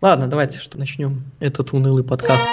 Ладно, давайте начнем этот унылый подкаст.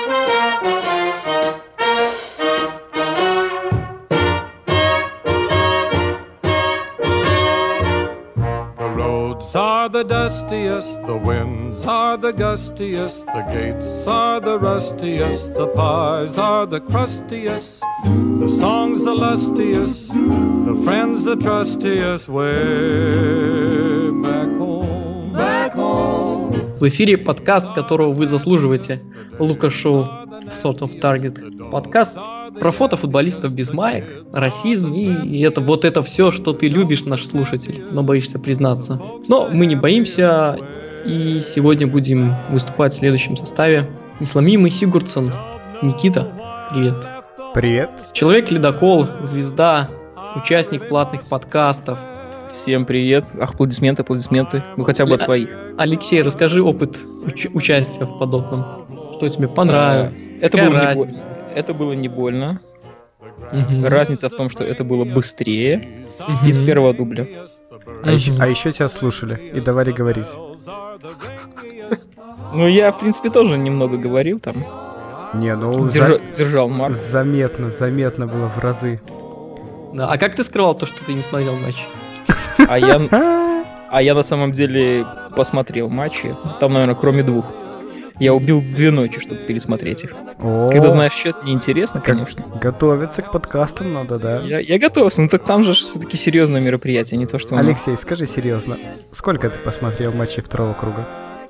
Are the dustiest, the winds are the gustiest, the gates are the rustiest, the pies are the crustiest, the songs the lustiest, the friends the trustiest, way back home, back home. В эфире подкаст, которого вы заслуживаете, Лука Шоу Sort of Target. Подкаст про фото футболистов без маек, расизм и это все, что ты любишь, наш слушатель, но боишься признаться. Но мы не боимся, и сегодня будем выступать в следующем составе. Несломимый Сигурдсон. Никита, привет. Привет. Человек-ледокол, звезда, участник платных подкастов. Всем привет. Аплодисменты. Ну хотя бы от своих. Алексей, расскажи опыт участия в подобном. Что тебе понравилось? Это было не больно. Разница в том, что это было быстрее из первого дубля. А еще тебя слушали и давали говорить. Ну, я, в принципе, тоже немного говорил там. Не, ну... Держал марку. Заметно было в разы. Да, а как ты скрывал то, что ты не смотрел матч? А я на самом деле посмотрел матчи. Там, наверное, кроме двух. Я убил 2 ночи, чтобы пересмотреть их. Когда знаешь счет, неинтересно, конечно. Готовиться к подкастам надо, да? Я готовился, но так там же все-таки серьезное мероприятие, не то что... Алексей, скажи серьезно, сколько ты посмотрел матчей второго круга?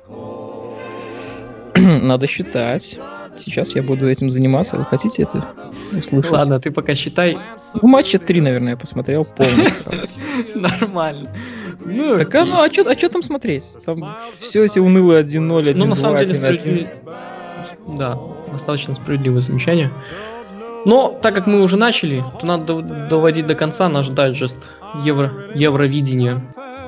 Надо считать. Сейчас я буду этим заниматься. Вы хотите это услышать? Ладно, ты пока считай. Матча 3, наверное, я посмотрел полностью. Нормально. Так, а что там смотреть? Там все эти унылые 1-0, 1-2, 1-1. Ну, на самом деле, да, достаточно справедливое замечание. Но, так как мы уже начали, то надо доводить до конца наш дайджест Евровидения.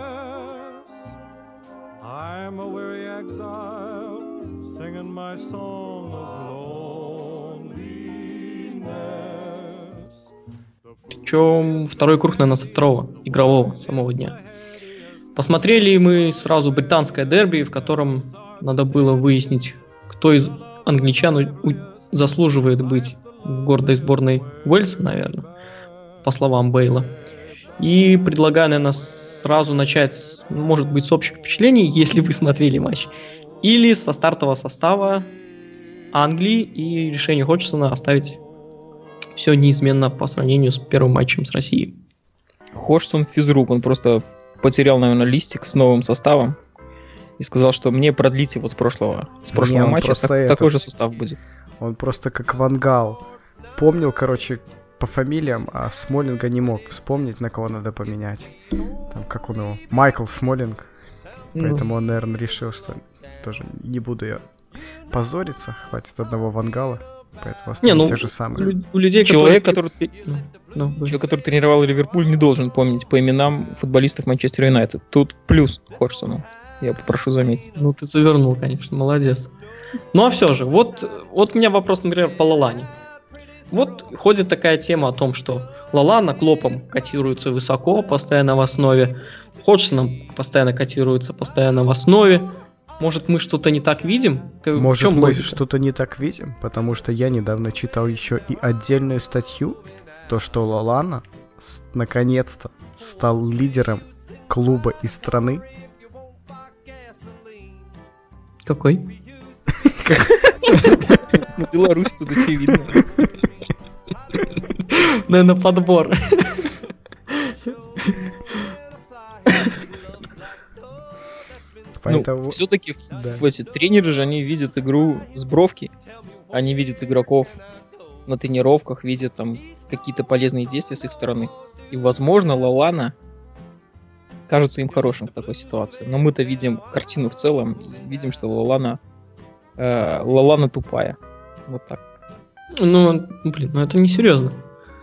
Причем второй круг, наверное, со второго игрового самого дня. Посмотрели мы сразу британское дерби, в котором надо было выяснить, кто из англичан заслуживает быть в гордой сборной Уэльса, наверное, по словам Бейла. И предлагаю, наверное, сразу начать, может быть, с общих впечатлений, если вы смотрели матч, или со стартового состава Англии и решение Ходжсона оставить все неизменно по сравнению с первым матчем с Россией. Ходжсон физрук, он просто потерял, наверное, листик с новым составом и сказал, что мне продлите вот с прошлого матча, такой же состав будет. Он просто как Ван Гал. Помнил, по фамилиям, а Смолинга не мог вспомнить, на кого надо поменять. Там, как он его? Майкл Смолинг. Поэтому он, наверное, решил, что тоже не буду я позориться, хватит одного Ван Гала. Поэтому оставим те же самые. У людей, человек, который тренировал Ливерпуль, не должен помнить по именам футболистов Манчестер Юнайтед. Тут плюс Ходжсону, я попрошу заметить. Ну, ты завернул, конечно, молодец. Ну, а все же, вот у меня вопрос, например, по Лалане. Вот ходит такая тема о том, что Лалана Клопом котируется высоко, постоянно в основе. Ходжсоном постоянно котируется, постоянно в основе. Может, мы что-то не так видим? Может, мы что-то не так видим? Потому что я недавно читал еще и отдельную статью, то, что Лалана наконец-то стал лидером клуба и страны. Какой? На Беларусь тут очевидно. Наверное, подбор. Ну, все-таки эти тренеры же, они видят игру с бровки, они видят игроков на тренировках, видят там какие-то полезные действия с их стороны. И, возможно, Лалана кажется им хорошим в такой ситуации. Но мы-то видим картину в целом, и видим, что Лалана тупая. Вот так. Ну это несерьезно.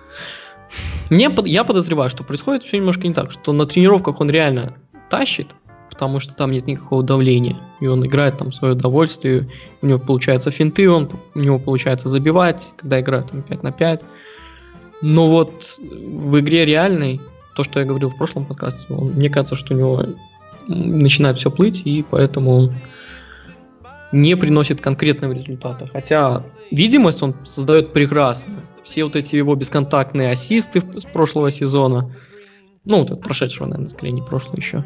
Я подозреваю, что происходит все немножко не так, что на тренировках он реально тащит, потому что там нет никакого давления, и он играет там в свое удовольствие, у него получаются финты, у него получается забивать, когда играет там 5 на 5. Но вот в игре реальной, то, что я говорил в прошлом подкасте, мне кажется, что у него начинает все плыть, и поэтому он не приносит конкретного результата. Хотя видимость он создает прекрасно. Все вот эти его бесконтактные ассисты с прошлого сезона, ну, вот от прошедшего, наверное, скорее не прошлого еще.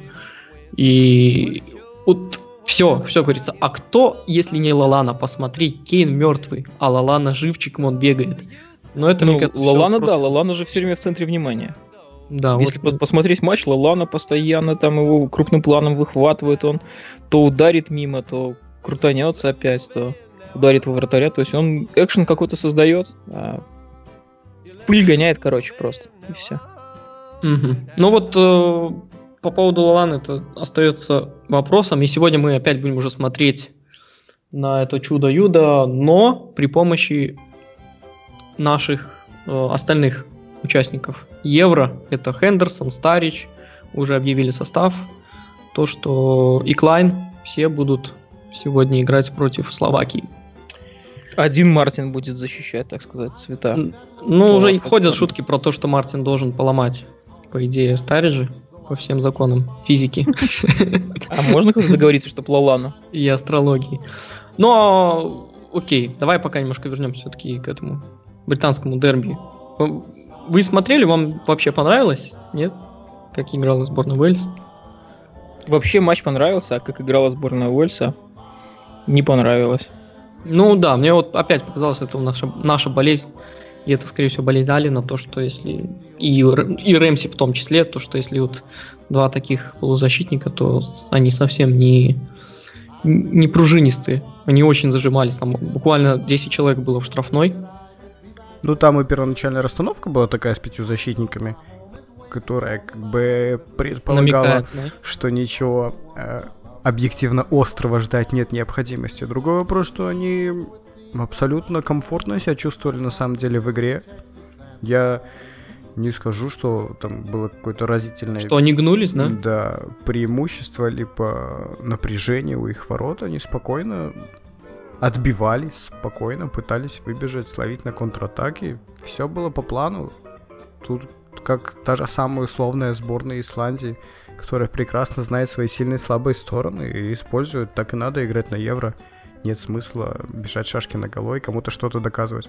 И вот все говорится. А кто, если не Лалана? Посмотри, Кейн мертвый, а Лалана живчиком, он бегает. Но это, ну, Лалана, да, Лалана же все время в центре внимания. Да, если посмотреть матч, Лалана постоянно там его крупным планом выхватывает, он то ударит мимо, то крутанется опять, то ударит во вратаря. То есть он экшен какой-то создает, а пыль гоняет, короче, просто. И все. Угу. Ну вот по поводу Лаланы это остается вопросом. И сегодня мы опять будем уже смотреть на это чудо-юдо, но при помощи наших остальных участников Евро. Это Хендерсон, Старич, уже объявили состав. То, что и Клайн, все будут сегодня играть против Словакии. Один Мартин будет защищать, так сказать, цвета. Ну, уже ходят шутки про то, что Мартин должен поломать, по идее, Стариджа по всем законам физики. А можно как-то договориться, что Лалана? И астрологии. Но, окей, давай пока немножко вернемся все-таки к этому британскому дерби. Вы смотрели, вам вообще понравилось? Нет? Как играла сборная Уэльс? Вообще матч понравился, а как играла сборная Уэльса, не понравилось. Ну да, мне вот опять показалось, это наша болезнь, и это, скорее всего, болезнь Алина, то, что если... И Рэмси в том числе, то, что если вот два таких полузащитника, то они совсем не пружинистые. Они очень зажимались, там буквально 10 человек было в штрафной. Ну, там и первоначальная расстановка была такая с 5 защитниками, которая как бы предполагала, намекает, да? Что ничего объективно острого ждать нет необходимости. Другой вопрос, что они абсолютно комфортно себя чувствовали на самом деле в игре. Я не скажу, что там было какое-то разительное... Что они гнулись, да? Да, преимущество либо напряжение у их ворот. Они спокойно отбивались, спокойно пытались выбежать, словить на контратаке. Все было по плану. Тут как та же самая условная сборная Исландии, которая прекрасно знает свои сильные и слабые стороны и использует. Так и надо играть на Евро. Нет смысла бежать шашки наголо и кому-то что-то доказывать.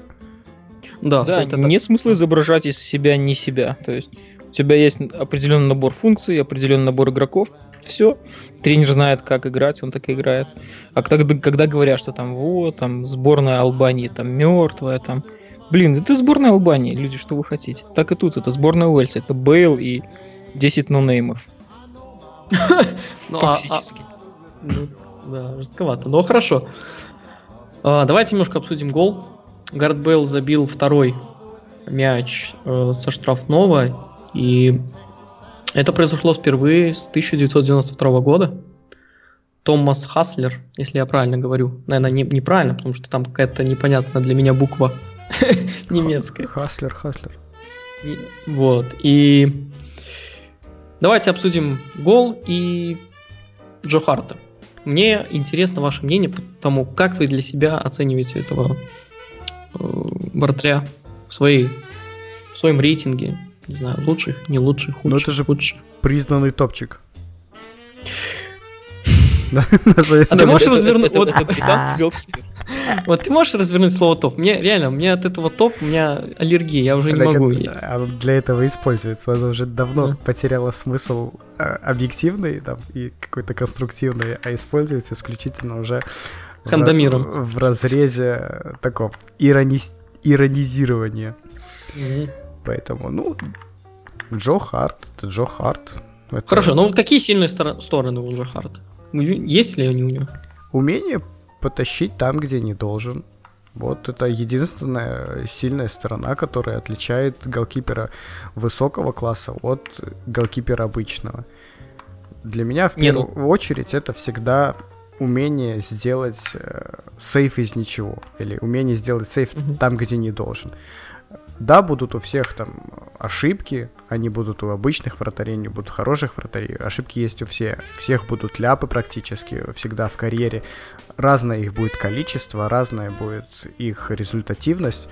Да, нет смысла изображать из себя не себя. То есть у тебя есть определенный набор функций, определенный набор игроков. Все. Тренер знает, как играть, он так и играет. А когда говорят, что там вот, там сборная Албании там мертвая, там. Блин, это сборная Албании, люди, что вы хотите? Так и тут, это сборная Уэльса, это Бейл и 10 нонеймов. Фактически. Да, жестковато, но хорошо. Давайте немножко обсудим гол. Гарет Бейл забил второй мяч со штрафного, и это произошло впервые с 1992 года. Томас Хаслер, если я правильно говорю. Наверное, неправильно, потому что там какая-то непонятная для меня буква немецкая. Хаслер. Вот. И давайте обсудим гол и Джо Харта. Мне интересно ваше мнение по тому, как вы для себя оцениваете этого вратаря в своем рейтинге. Не знаю, лучших, не лучших, худших. Но это же худших. Признанный топчик. А ты можешь развернуть... Это британский голкипер. Вот ты можешь развернуть слово топ? Мне от этого топ, у меня аллергия, я уже не могу. Для этого используется. Оно уже давно потеряло смысл объективный и какой-то конструктивный, а используется исключительно уже в разрезе таком иронизирования. Поэтому, Джо Харт, это Джо Харт. Хорошо, но какие сильные стороны у Джо Харта? Есть ли они у него? Умение потащить там, где не должен. Вот это единственная сильная сторона, которая отличает голкипера высокого класса от голкипера обычного. Для меня в первую очередь это всегда умение сделать сейф из ничего. Или умение сделать сейф там, где не должен. Да, будут у всех там ошибки, они будут у обычных вратарей, не будут хороших вратарей, ошибки есть у всех будут ляпы практически, всегда в карьере, разное их будет количество, разная будет их результативность,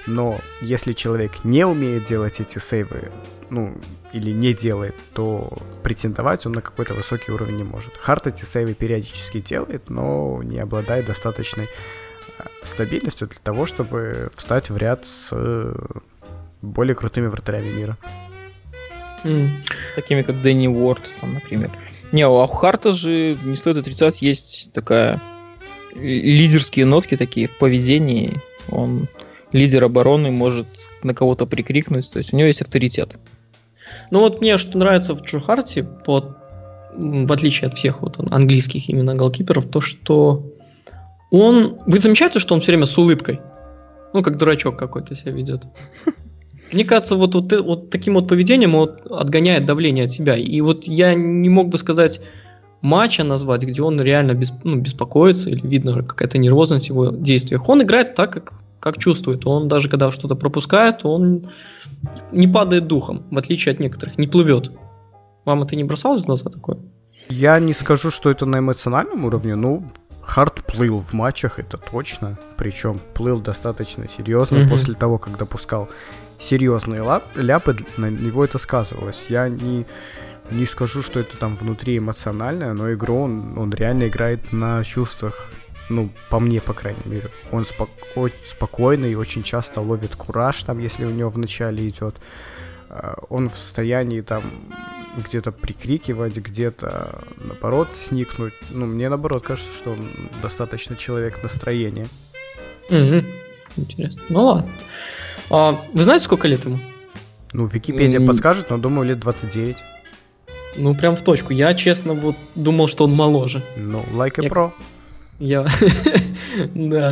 Но если человек не умеет делать эти сейвы, или не делает, то претендовать он на какой-то высокий уровень не может. Харт эти сейвы периодически делает, но не обладает достаточной стабильностью для того, чтобы встать в ряд с более крутыми вратарями мира. Такими, как Дэнни Уорд, там, например. А у Харта же, не стоит отрицать, есть такая лидерские нотки такие в поведении. Он лидер обороны, может на кого-то прикрикнуть, то есть у него есть авторитет. Ну вот мне что нравится в Джо Харте, в отличие от всех вот английских именно голкиперов, то что вы замечаете, что он все время с улыбкой? Как дурачок какой-то себя ведет. Мне кажется, вот таким вот поведением он отгоняет давление от себя. И вот я не мог бы сказать матча назвать, где он реально беспокоится, или видно какая-то нервозность в его действиях. Он играет так, как чувствует. Он даже когда что-то пропускает, он не падает духом, в отличие от некоторых, не плывет. Вам это не бросалось в глаза такое? Я не скажу, что это на эмоциональном уровне, Харт плыл в матчах, это точно. Причем плыл достаточно серьезно после того, как допускал серьезные ляпы, на него это сказывалось. Я не скажу, что это там внутри эмоциональное, но игру он реально играет на чувствах, по мне, по крайней мере. Он спокойный и очень часто ловит кураж, там, если у него в начале идет. Он в состоянии там где-то прикрикивать, где-то, наоборот, сникнуть. Мне, наоборот, кажется, что он достаточно человек настроения. Интересно. Ладно. Вы знаете, сколько лет ему? Википедия подскажет, но, думаю, лет 29. Прям в точку. Я, честно, думал, что он моложе. Like a pro. Да,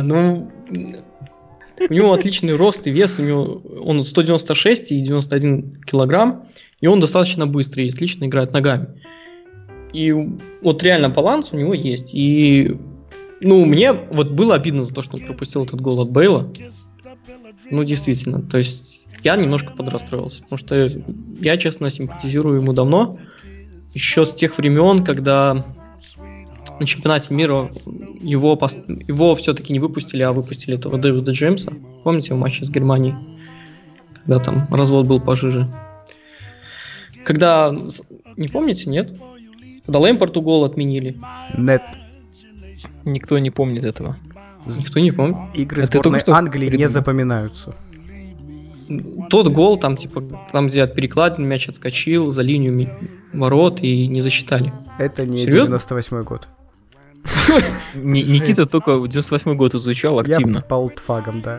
у него отличный рост и вес, он 196 и 91 килограмм, и он достаточно быстрый и отлично играет ногами. И вот реально баланс у него есть. И, мне вот было обидно за то, что он пропустил этот гол от Бейла. Действительно, то есть я немножко подрастроился, потому что я, честно, симпатизирую ему давно, еще с тех времен, когда на чемпионате мира его все-таки не выпустили, а выпустили этого Дэвида Джеймса. Помните в матче с Германией? Когда там развод был пожиже. Когда... Не помните, нет? Когда Лэмпарту гол отменили. Нет. Никто не помнит этого. Никто не помнит. Игры сборной Англии не запоминаются. Тот гол, там где от перекладин мяч отскочил за линию ворот и не засчитали. Это не 98-й год. Никита только 98-й год изучал активно. Я по олдфагам, да.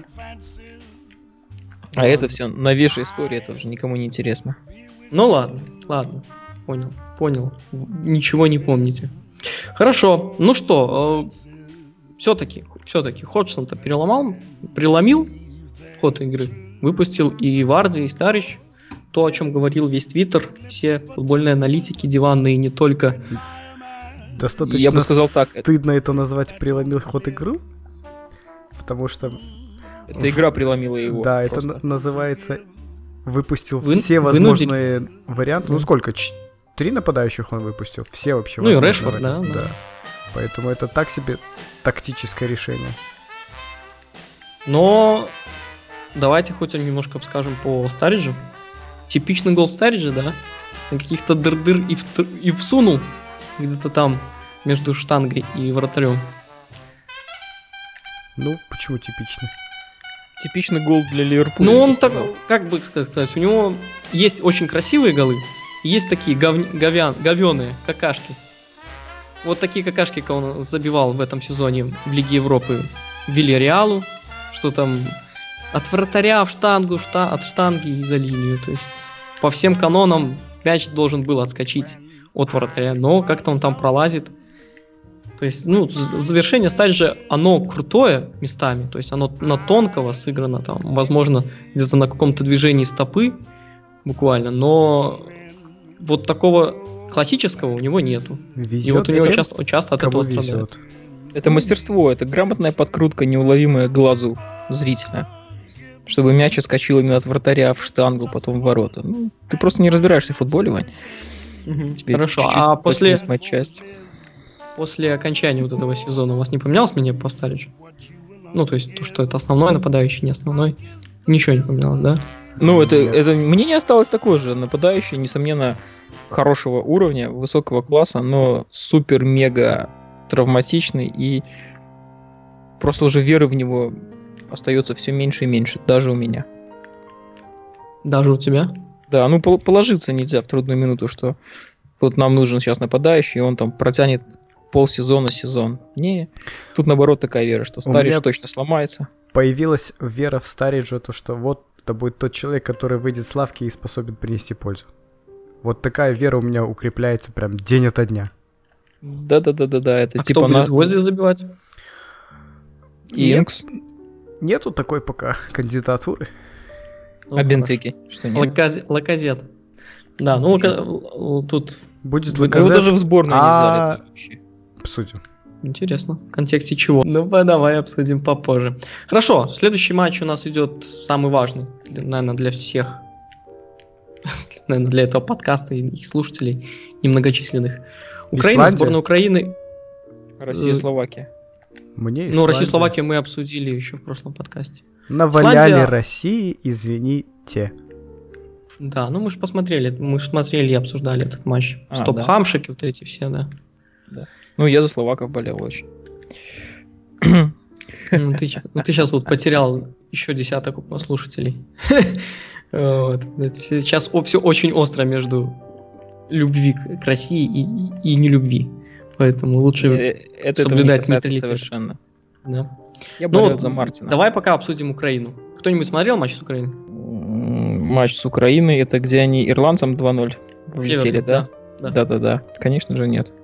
А это все новейшая история, это уже никому не интересно. Ладно, понял. Ничего не помните. Хорошо, все-таки Ходжсон-то преломил ход игры. Выпустил и Варди, и Старич. То, о чем говорил весь Твиттер, все футбольные аналитики, диванные, не только. Достаточно, я бы сказал так, стыдно это назвать «преломил ход игры», потому что... Эта игра преломила его. Да, просто. Это называется «выпустил все возможные варианты». Сколько? 3 нападающих он выпустил? Все вообще возможные. И Решфорд, да. Поэтому это так себе тактическое решение. Но давайте хоть немножко скажем по Стариджу. Типичный гол Стариджа, да? На каких-то дыр и всунул где-то там между штангой и вратарем. Почему типичный? Типичный гол для Ливерпуля. Он так, как бы сказать, у него есть очень красивые голы, есть такие говёные какашки. Вот такие какашки, как он забивал в этом сезоне в Лиге Европы Вильяреалу, что там от вратаря в штангу, от штанги и за линию. То есть по всем канонам мяч должен был отскочить от вратаря, но как-то он там пролазит. То есть, завершение Стариджа, оно крутое местами, то есть оно на тонкого сыграно, там, возможно, где-то на каком-то движении стопы, буквально, но вот такого классического у него нету. Везет, и вот у него часто от этого страдает. Это мастерство, это грамотная подкрутка, неуловимая глазу зрителя. Чтобы мяч отскочил именно от вратаря в штангу, потом в ворота. Ты просто не разбираешься в футболе, Вань. Хорошо, а после окончания вот этого сезона у вас не поменялось мнение по Стариджу? То есть то, что это основной нападающий, не основной? Ничего не поменялось, да? Ну, это мнение осталось такое же. Нападающий, несомненно, хорошего уровня, высокого класса, но супер-мега травматичный, и просто уже веры в него остается все меньше и меньше, даже у меня. Даже у тебя? Да, ну положиться нельзя в трудную минуту, что вот нам нужен сейчас нападающий, и он там протянет полсезона, сезон. Не, тут наоборот такая вера, что Старидж точно сломается. Появилась вера в Стариджа, то что вот это будет тот человек, который выйдет с лавки и способен принести пользу. Вот такая вера у меня укрепляется прям день ото дня. Да, это типа кто будет гвозди забивать? Инкс. Нету такой пока кандидатуры. А Бентеки? Что нет? Лаказет. Да, ну тут... Будет Лаказет. Его даже в сборную не взяли вообще. Обсудим. Интересно. В контексте чего? Ну, давай обсудим попозже. Хорошо, следующий матч у нас идет самый важный, наверное, для всех. Наверное, для этого подкаста и их слушателей немногочисленных. Украина, сборная Украины. Россия-Словакия. Ну, Россию-Словакию мы обсудили еще в прошлом подкасте. Наваляли России, извините. Да, ну мы же смотрели и обсуждали этот матч. Стоп-хамшики, вот эти все, да. Ну, я за словаков болел очень. Ты сейчас вот потерял еще десяток слушателей. Сейчас все очень остро между любви к России и нелюбви. Поэтому лучше соблюдать нейтралитет. Совершенно. Да. Я болел за Мартина. Давай пока обсудим Украину. Кто-нибудь смотрел матч с Украиной? Матч с Украиной, это где они ирландцам 2-0 влетели, да? Да. Конечно же, нет.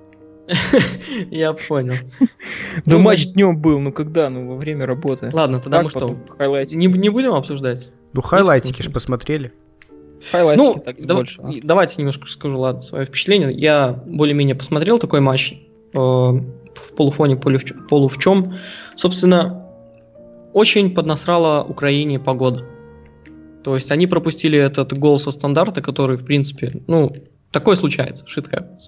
Я понял. Да матч днем был, ну когда? Ну во время работы. Ладно, тогда мы что? Не будем обсуждать? Ну хайлайтики ж посмотрели. Ну, давайте немножко скажу, ладно, свое впечатление. Я более-менее посмотрел такой матч в полуфоне, полу в чем. Собственно, очень поднасрала Украине погода. То есть они пропустили этот гол со стандарта, который, в принципе, ну, такое случается, shit happens.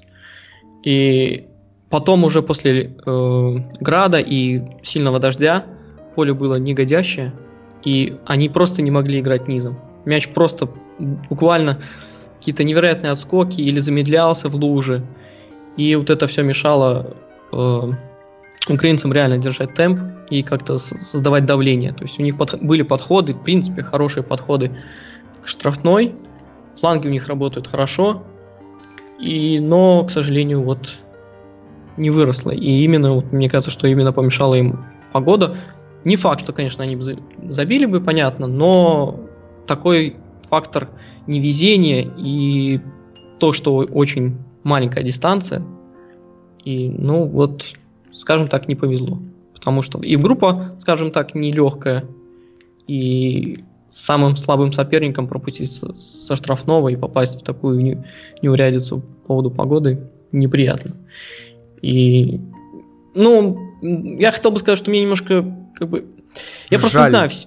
И потом уже после града и сильного дождя поле было негодящее, и они просто не могли играть низом. Мяч просто буквально какие-то невероятные отскоки или замедлялся в луже. И вот это все мешало украинцам реально держать темп и как-то создавать давление. То есть у них были подходы, в принципе, хорошие подходы к штрафной. Фланги у них работают хорошо. Но, к сожалению, вот не выросло. И именно, вот, мне кажется, что именно помешала им погода. Не факт, что, конечно, они забили бы, понятно, но такой фактор невезения и то, что очень маленькая дистанция, и, ну, вот, скажем так, не повезло. Потому что и группа, скажем так, нелегкая, и самым слабым соперником пропустить со штрафного и попасть в такую неурядицу по поводу погоды неприятно. И, ну, я хотел бы сказать, что мне немножко, как бы, я просто не знаю,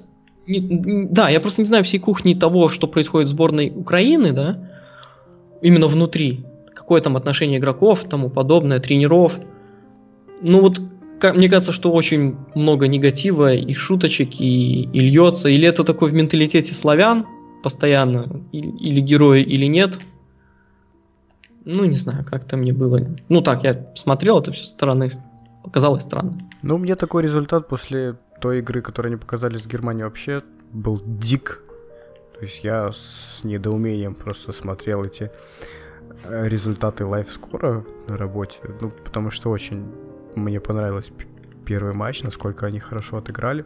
я просто не знаю всей кухни того, что происходит в сборной Украины, да, именно внутри, какое там отношение игроков, тому подобное, тренеров. Ну вот, мне кажется, что очень много негатива и шуточек, и льется. Или это такое в менталитете славян постоянно, или герои, или нет. Ну, не знаю, как-то мне было... Ну так, я смотрел это все со стороны, показалось странно. Ну, мне такой результат после той игры, которую они показали с Германией, вообще был дик. То есть я с недоумением просто смотрел эти результаты лайв-скора на работе. Ну, потому что очень мне понравился первый матч, насколько они хорошо отыграли.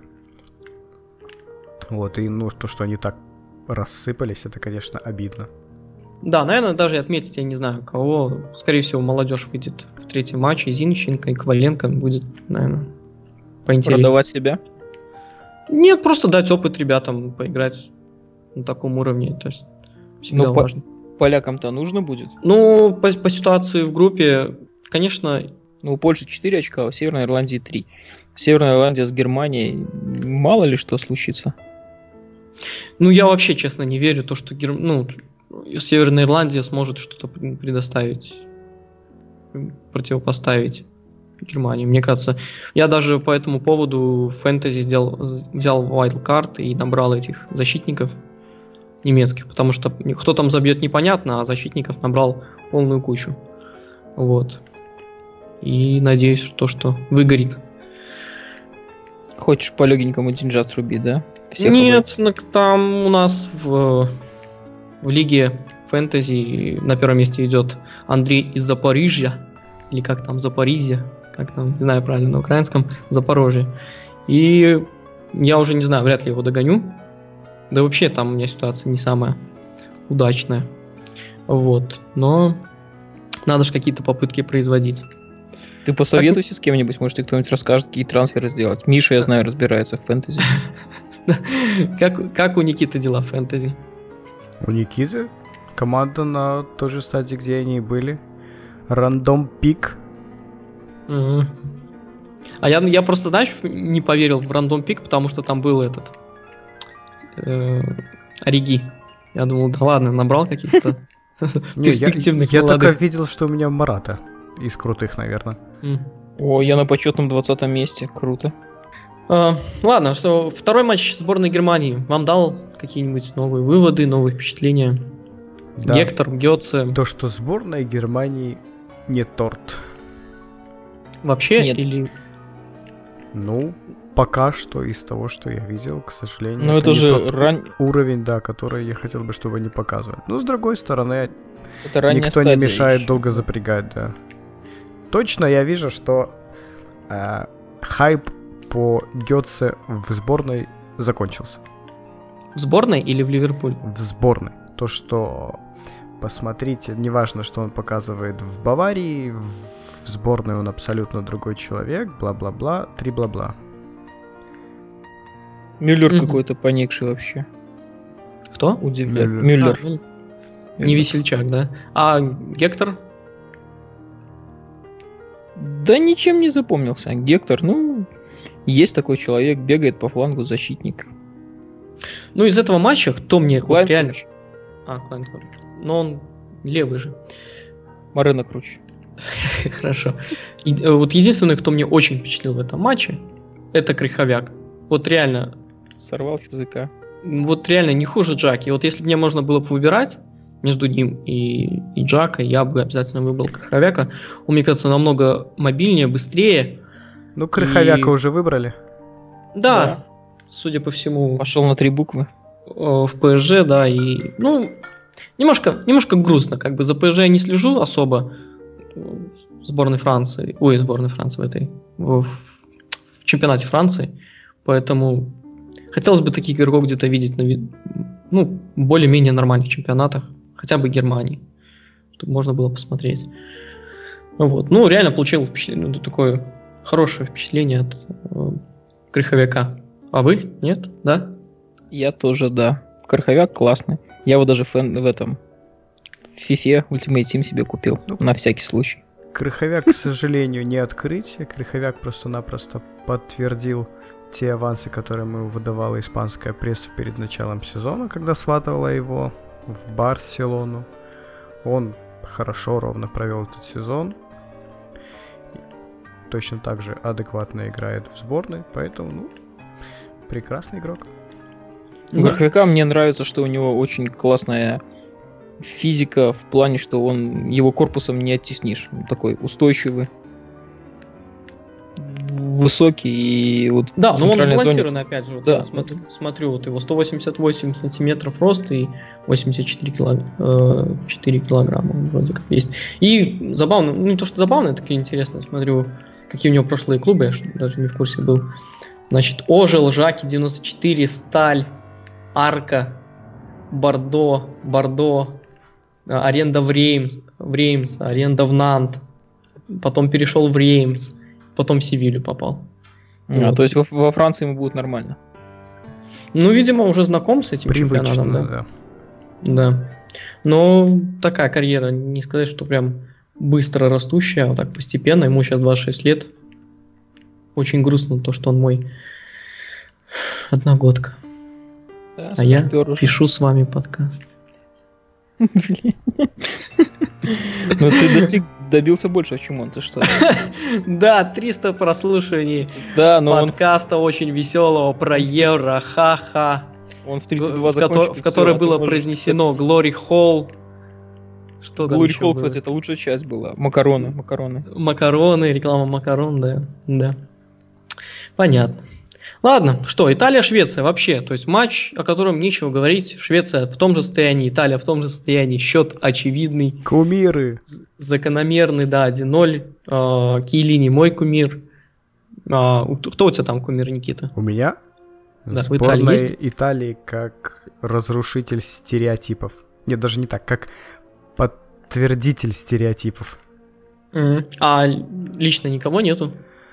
Вот, и ну, то, что они так рассыпались, это, конечно, обидно. Да, наверное, даже отметить, я не знаю, кого. Скорее всего, молодежь выйдет в третьем матче. Зинченко и Коваленко будет, наверное, поинтереснее. Продавать себя? Нет, просто дать опыт ребятам поиграть на таком уровне. То есть всегда важно. Полякам-то нужно будет? Ну, по ситуации в группе, конечно... Ну, у Польши 4 очка, а у Северной Ирландии 3. Северная Ирландия с Германией, мало ли что случится. Ну, я вообще, честно, не верю в то, что Северная Ирландия сможет что-то предоставить, противопоставить Германии. Мне кажется, я даже по этому поводу в фэнтези взял wildcard и набрал этих защитников немецких, потому что кто там забьет непонятно, а защитников набрал полную кучу. Вот. И надеюсь, что выгорит. Хочешь по легенькому деньжат срубить, да? Нет, там у нас в лиге фэнтези на первом месте идет Андрей из Запорижья, или как там, Запоризья, как там, не знаю правильно на украинском, Запорожье. И я уже не знаю, вряд ли его догоню. Да вообще там у меня ситуация не самая удачная. Вот, но надо же какие-то попытки производить. Ты посоветуйся с кем-нибудь, может, тебе кто-нибудь расскажет, какие трансферы сделать. Миша, я знаю, разбирается в фэнтези. Как у Никиты дела в фэнтези? У Никиты команда на той же стадии, где они и были. Рандом пик. А я просто, знаешь, не поверил в рандом пик, потому что там был этот Ориги. Я думал, да ладно, набрал каких-то перспективных молодых. Я только видел, что у меня Марата из крутых, наверное. О, я на почетном 20 месте. Круто. Ладно, что второй матч сборной Германии вам дал какие-нибудь новые выводы, новые впечатления? Да. Гектор, Гёце. То, что сборная Германии не торт. Вообще? Нет. Или... Ну, пока что из того, что я видел, к сожалению. Но это же уровень, да, который я хотел бы, чтобы они показывали. Но с другой стороны, никто не мешает еще долго запрягать, да. Точно я вижу, что хайп по Гёце в сборной закончился. В сборной или в Ливерпуль? В сборной. То, что, посмотрите, неважно, что он показывает в Баварии, в сборной он абсолютно другой человек, бла-бла-бла, три бла-бла. Мюллер какой-то поникший вообще. Кто? Удивляет. Мюллер. Не весельчак, да? А Гектор? Да ничем не запомнился. Гектор, есть такой человек, бегает по флангу защитник. Ну, из этого матча, кто мне Клайн реально... Круч. Клайн Круч. Но он левый же. Морено Круч. Хорошо. Вот единственный, кто мне очень впечатлил в этом матче, это Крыховяк. Вот реально... Сорвал с языка. Вот реально не хуже Джаки. Вот если бы мне можно было выбирать между ним и Джакой, я бы обязательно выбрал Крыховяка. Он, мне кажется, намного мобильнее, быстрее. Ну, Крыховяка уже выбрали? Да. Судя по всему... Пошел на 3 буквы. В ПСЖ, да, и... немножко грустно, как бы за ПСЖ я не слежу особо в сборной Франции, в чемпионате Франции, поэтому хотелось бы таких игроков где-то видеть на более-менее нормальных чемпионатах, хотя бы Германии, чтобы можно было посмотреть. Вот. Реально получил впечатление, такое хорошее впечатление от Крыховяка. А вы? Нет? Да? Я тоже, да. Крыховяк классный. Я его даже в FIFA Ultimate Team себе купил. На всякий случай. Крыховяк, к сожалению, не открытие. Крыховяк просто-напросто подтвердил те авансы, которые ему выдавала испанская пресса перед началом сезона, когда сватывала его в Барселону. Он хорошо, ровно провел этот сезон. Точно так же адекватно играет в сборной, поэтому, прекрасный игрок. Крыховяка мне нравится, что у него очень классная физика в плане, что его корпусом не оттеснишь. Он такой устойчивый, высокий и вот да, в центральной он зоне. опять же. Да. Смотрю, вот его 188 сантиметров рост и 84 килограмма вроде как есть. И забавно, не то что забавно, так и интересно. Смотрю, какие у него прошлые клубы, я даже не в курсе был. Значит, Ожел, Жаки, 94, Сталь, Арка, Бордо, аренда в Реймс, аренда в Нант, потом перешел в Реймс, потом в Севилью попал. То есть во Франции ему будет нормально? Видимо, уже знаком с этим чемпионатом, да? Да. Но такая карьера, не сказать, что прям быстро растущая, а так постепенно. Ему сейчас 26 лет. Очень грустно то, что он мой одногодка. Да, а я пишу с вами подкаст. Блин. Ты добился больше, чем он, ты что? Да, 300 прослушиваний подкаста очень веселого про Евро, ха-ха. Он в 32 закончит. В которой было произнесено Glory Hall. Что Glory Hall, кстати, это лучшая часть была. Макароны. Макароны, реклама макарон, да. Понятно. Ладно, что, Италия-Швеция вообще, то есть матч, о котором нечего говорить. Швеция в том же состоянии, Италия в том же состоянии, счет очевидный. Кумиры. Закономерный, да, 1-0. Киелини мой кумир. Кто у тебя там кумир, Никита? У меня? Да, сборная Италии как разрушитель стереотипов. Нет, даже не так, как подтвердитель стереотипов. А лично никого нету?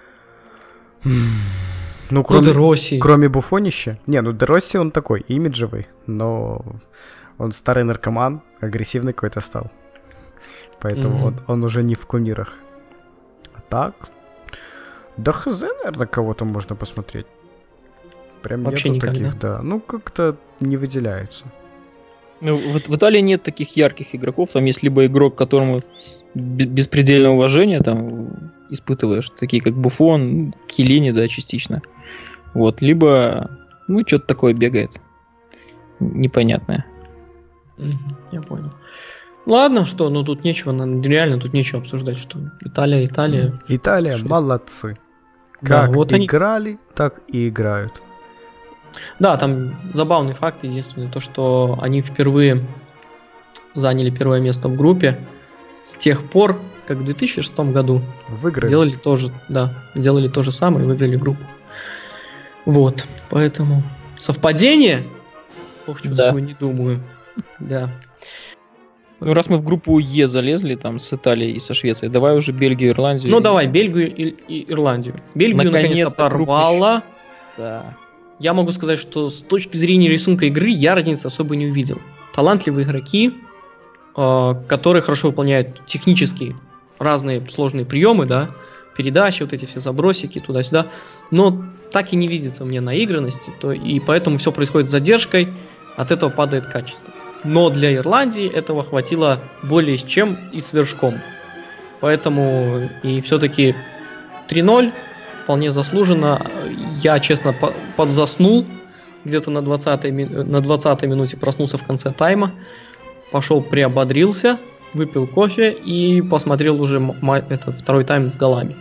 Ну, кроме Буфонища. Не, ну Де Росси он такой, имиджевый, но он старый наркоман, агрессивный какой-то стал. Поэтому он уже не в кумирах. А так? Да хз, наверное, кого-то можно посмотреть. Прям вообще нету никак, таких, да. Ну, как-то не выделяются. Ну, в Италии нет таких ярких игроков. Там есть либо игрок, которому беспредельное уважение там испытываешь, такие как Буфон, Киелини, да, частично. Вот, либо, ну, что-то такое бегает. Непонятное. Я понял. Ладно, что, ну тут нечего, реально тут нечего обсуждать, что Италия. Италия, молодцы. Как вот играли, так и играют. Да, там забавный факт, единственное, то, что они впервые заняли первое место в группе с тех пор, как в 2006 году сделали то же самое и выиграли группу. Вот, поэтому совпадение? Ох, что-то не думаю. Да. Ну, раз мы в группу Е залезли, там, с Италией и со Швецией, давай уже Бельгию, Ирландию. Ну, давай, Бельгию и Ирландию. Бельгию наконец-то порвала. Да. Я могу сказать, что с точки зрения рисунка игры я разницы особо не увидел. Талантливые игроки, которые хорошо выполняют технические разные сложные приемы, да, передачи, вот эти все забросики туда-сюда, но так и не видится мне наигранности, и поэтому все происходит с задержкой, от этого падает качество. Но для Ирландии этого хватило более чем и с вершком. Поэтому и все-таки 3-0 вполне заслуженно. Я, честно, подзаснул где-то на 20-й минуте, проснулся в конце тайма, пошел приободрился, выпил кофе и посмотрел уже этот второй тайм с голами.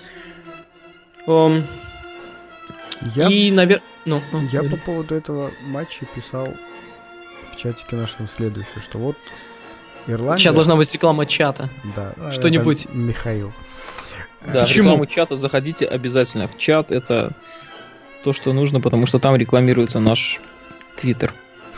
Я по поводу этого матча писал в чатике нашем следующее, что вот Ирландия... Сейчас должна быть реклама чата. Да. Что-нибудь. Михаил. Да, в рекламу чата заходите обязательно. В чат это то, что нужно, потому что там рекламируется наш Твиттер.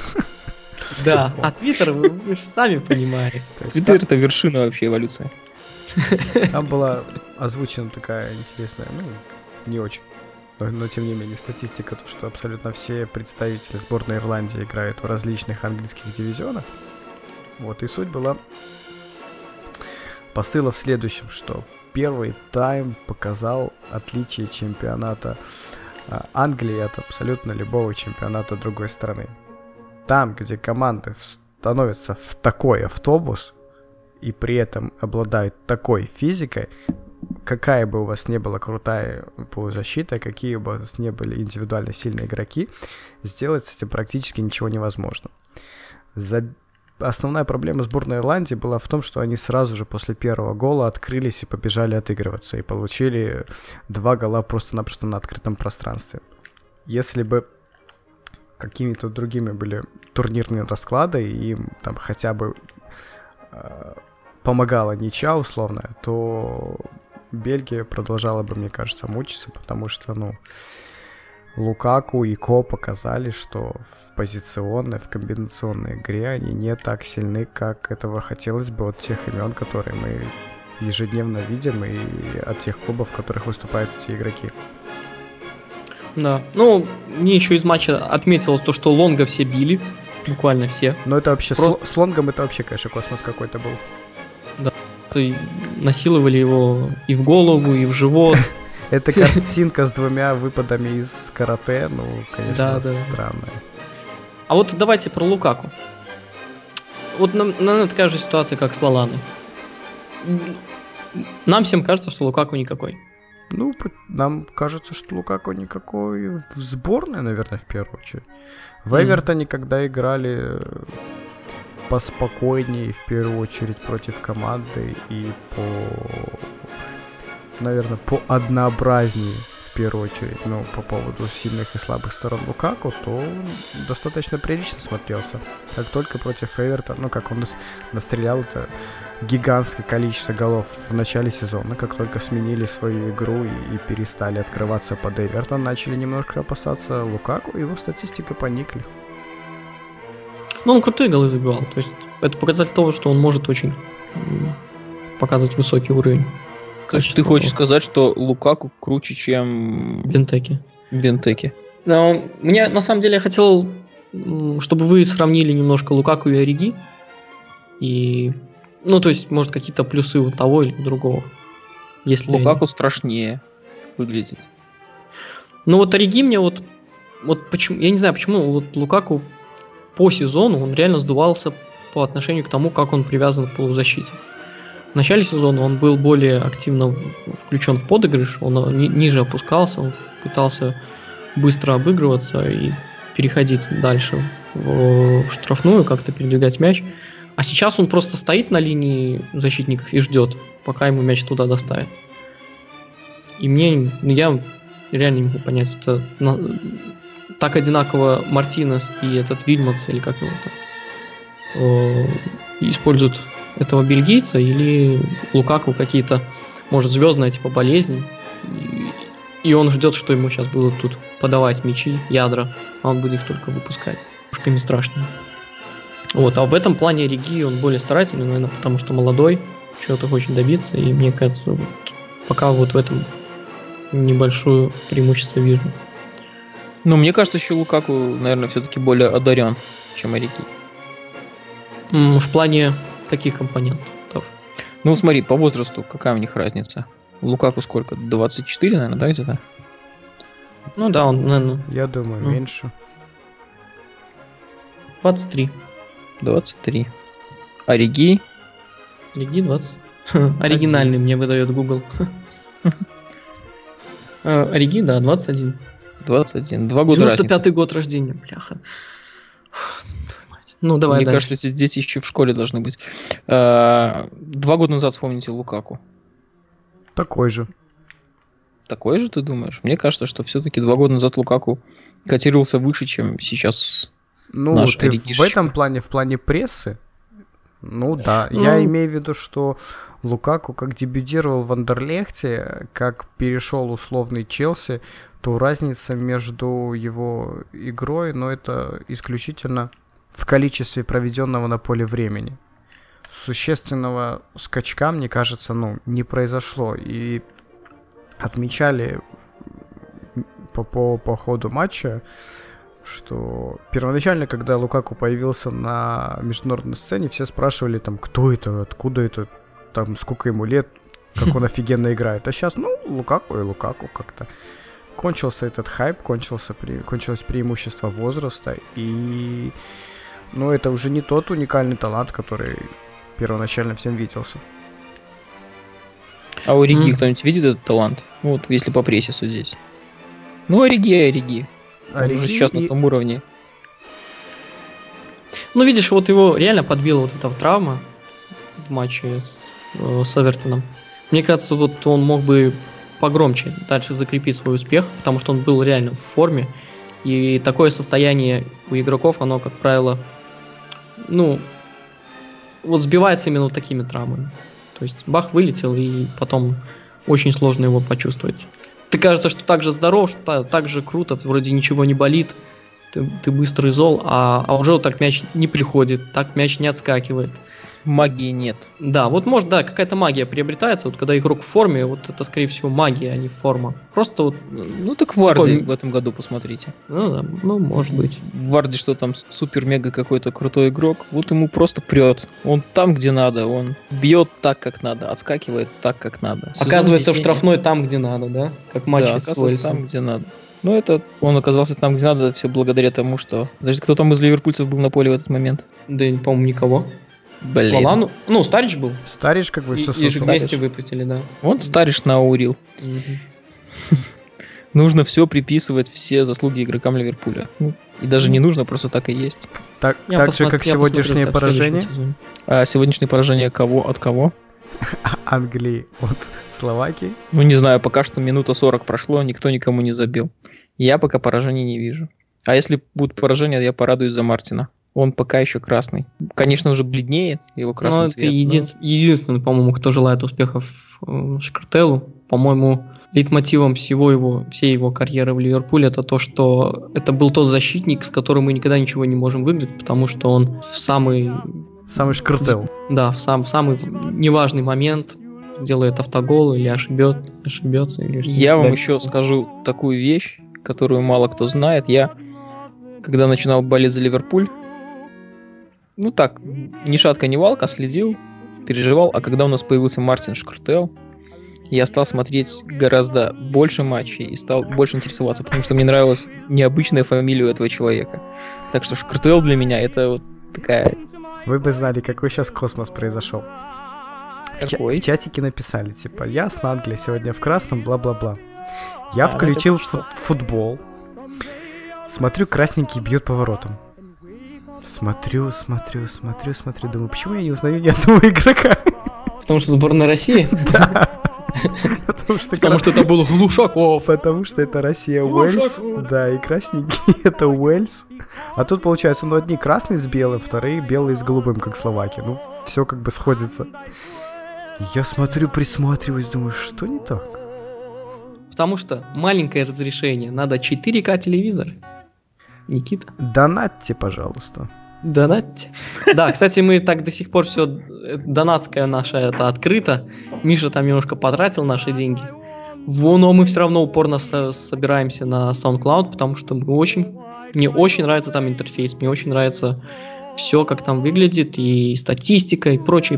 Да, а Твиттер вы же сами понимаете. Твиттер это вершина вообще эволюции. Там была озвучена такая интересная, не очень, но тем не менее статистика, то, что абсолютно все представители сборной Ирландии играют в различных английских дивизионах. Вот, и суть была посыла в следующем, что первый тайм показал отличие чемпионата Англии от абсолютно любого чемпионата другой страны. Там, где команды становятся в такой автобус и при этом обладают такой физикой, какая бы у вас ни была крутая полузащита, какие бы у вас ни были индивидуально сильные игроки, сделать с этим практически ничего невозможно. Основная проблема сборной Ирландии была в том, что они сразу же после первого гола открылись и побежали отыгрываться, и получили 2 гола просто-напросто на открытом пространстве. Если бы какими-то другими были турнирные расклады, и им там хотя бы помогала ничья условная, то Бельгия продолжала бы, мне кажется, мучиться, потому что, Лукаку и Ко показали, что в позиционной, в комбинационной игре они не так сильны, как этого хотелось бы от тех имен, которые мы ежедневно видим, и от тех клубов, в которых выступают эти игроки. Да, мне еще из матча отметилось то, что Лонга все били, буквально все. Но это вообще, с Лонгом это вообще, конечно, космос какой-то был. Да, насиловали его и в голову, и в живот. Это картинка с 2 выпадами из карате, конечно, странная. А вот давайте про Лукаку. Вот, наверное, такая же ситуация, как с Лаланой. нам всем кажется, что Лукаку никакой. Ну, нам кажется, что Лукаку никакой в сборной, наверное, в первую очередь. В Эвертоне, когда играли поспокойнее, в первую очередь, против команды и наверное, по однообразнее, в первую очередь, но по поводу сильных и слабых сторон Лукаку, то он достаточно прилично смотрелся. Как только против Эвертона, как он настрелял это гигантское количество голов в начале сезона, как только сменили свою игру и перестали открываться под Эвертон, начали немножко опасаться Лукаку, его статистика поникли. Ну, он крутые голы забивал, то есть это показатель того, что он может очень показывать высокий уровень. То есть ты хочешь сказать, что Лукаку круче, чем Бентеке? Но мне, на самом деле, я хотел, чтобы вы сравнили немножко Лукаку и Ориги. И, то есть, может, какие-то плюсы у того или другого. Если Лукаку страшнее выглядит. Ну вот Ориги мне вот почему, я не знаю, почему вот Лукаку по сезону он реально сдувался по отношению к тому, как он привязан к полузащите. В начале сезона он был более активно включен в подыгрыш, он ниже опускался, он пытался быстро обыгрываться и переходить дальше в штрафную, как-то передвигать мяч. А сейчас он просто стоит на линии защитников и ждет, пока ему мяч туда доставят. И я реально не могу понять, это так одинаково Мартинес и этот Вильмотс, или как его там, используют этого бельгийца, или Лукаку какие-то, может, звездные типа болезни, и он ждет, что ему сейчас будут тут подавать мячи, ядра, а он будет их только выпускать. Немножко не страшно. Вот, а в этом плане Ориги он более старательный, наверное, потому что молодой, чего-то хочет добиться, и мне кажется, пока вот в этом небольшое преимущество вижу. Ну, мне кажется, еще Лукаку, наверное, все-таки более одарен, чем Ориги. В плане каких компонентов? Ну, смотри, по возрасту какая у них разница? Лукаку сколько? 24, наверное, да, где-то? Ну да, он, наверное... Я думаю, меньше. 23. 23. Ориги? Ориги 20. Оригинальный мне выдает Google. Ориги, да, 21. 21. 2 года 95-й год рождения, бляха. Ну, давай Мне дальше. кажется, эти дети еще в школе должны быть. 2 года назад вспомните Лукаку. Такой же. Такой же, ты думаешь? Мне кажется, что все-таки 2 года назад Лукаку котировался выше, чем сейчас. Ну, ты в этом плане, в плане прессы, ну да. Я имею в виду, что Лукаку, как дебютировал в Андерлехте, как перешел условный Челси, то разница между его игрой, это исключительно в количестве проведенного на поле времени. Существенного скачка, мне кажется, не произошло. И отмечали по ходу матча, что первоначально, когда Лукаку появился на международной сцене, все спрашивали, кто это, откуда это, сколько ему лет, как он офигенно играет. А сейчас, Лукаку и Лукаку как-то. Кончился этот хайп, кончилось преимущество возраста, и это уже не тот уникальный талант, который первоначально всем виделся. А у Ориги кто-нибудь видит этот талант? Вот, если по прессе судить. Ориги. Он уже сейчас на том уровне. Видишь, вот его реально подбила вот эта травма в матче с Эвертоном. Мне кажется, вот он мог бы погромче дальше закрепить свой успех, потому что он был реально в форме. И такое состояние у игроков, оно, как правило, сбивается именно вот такими травмами. То есть бах, вылетел, и потом очень сложно его почувствовать. Ты кажется, что так же здоров, так же круто, вроде ничего не болит, ты быстрый зол, а уже вот так мяч не приходит, так мяч не отскакивает. Магии нет. Да, вот может, какая-то магия приобретается, вот когда игрок в форме, вот это, скорее всего, магия, а не форма. Просто вот... так Варди в этом году посмотрите. Может быть. Варди, что там супер-мега какой-то крутой игрок, вот ему просто прет. Он там, где надо, он бьет так, как надо, отскакивает так, как надо. Оказывается, в штрафной там, где надо, да? Как матч с Уэльсом. Там, где надо. Он оказался там, где надо, все благодаря тому, что... Даже кто там из ливерпульцев был на поле в этот момент? Да, по-моему, никого. Блин. Лалану? Ну, Старич был. Старич как бы все И же вместе выпустили, да. Он Старич наурил. Нужно все приписывать, все заслуги игрокам Ливерпуля. И даже не нужно, просто так и есть. Так же, как сегодняшнее поражение. А сегодняшнее поражение кого? От кого? Англии от Словакии. Ну, не знаю, пока что минута 40 прошло, никто никому не забил. Я пока поражений не вижу. А если будут поражения, я порадуюсь за Мартина. Он пока еще красный. Конечно, уже бледнеет его красный цвет. Это единственный, по-моему, кто желает успехов Шкартеллу. По-моему, лейтмотивом всей его карьеры в Ливерпуле это то, что это был тот защитник, с которым мы никогда ничего не можем выиграть, потому что он в самый Шкартел. Да, в самый неважный момент делает автогол или ошибется. Или я вам еще скажу такую вещь, которую мало кто знает. Я, когда начинал болеть за Ливерпуль, ну так, ни шатка, ни валка, следил, переживал. А когда у нас появился Мартин Шкартел, я стал смотреть гораздо больше матчей и стал больше интересоваться, потому что мне нравилась необычная фамилия у этого человека. Так что Шкартел для меня это вот такая... Вы бы знали, какой сейчас космос произошел. Какой? В чатике написали, типа, я с Англией сегодня в красном, бла-бла-бла. Я включил футбол. Смотрю, красненький бьет поворотом. Смотрю, думаю, почему я не узнаю ни одного игрока? Потому что сборная России? Да. Потому что это был Глушаков. Потому что это Россия, Уэльс. Да, и красненький это Уэльс. А тут получается, одни красные с белым, вторые белые с голубым, как Словакия. Ну, все как бы сходится. Я смотрю, присматриваюсь, думаю, что не так? Потому что маленькое разрешение. Надо 4К телевизор. Никита. Донатьте, пожалуйста. Донатьте. Да, кстати, мы так до сих пор все донатское наше это открыто. Миша там немножко потратил наши деньги. Но мы все равно упорно собираемся на SoundCloud, потому что мне очень нравится там интерфейс, мне очень нравится все, как там выглядит, и статистика, и прочее.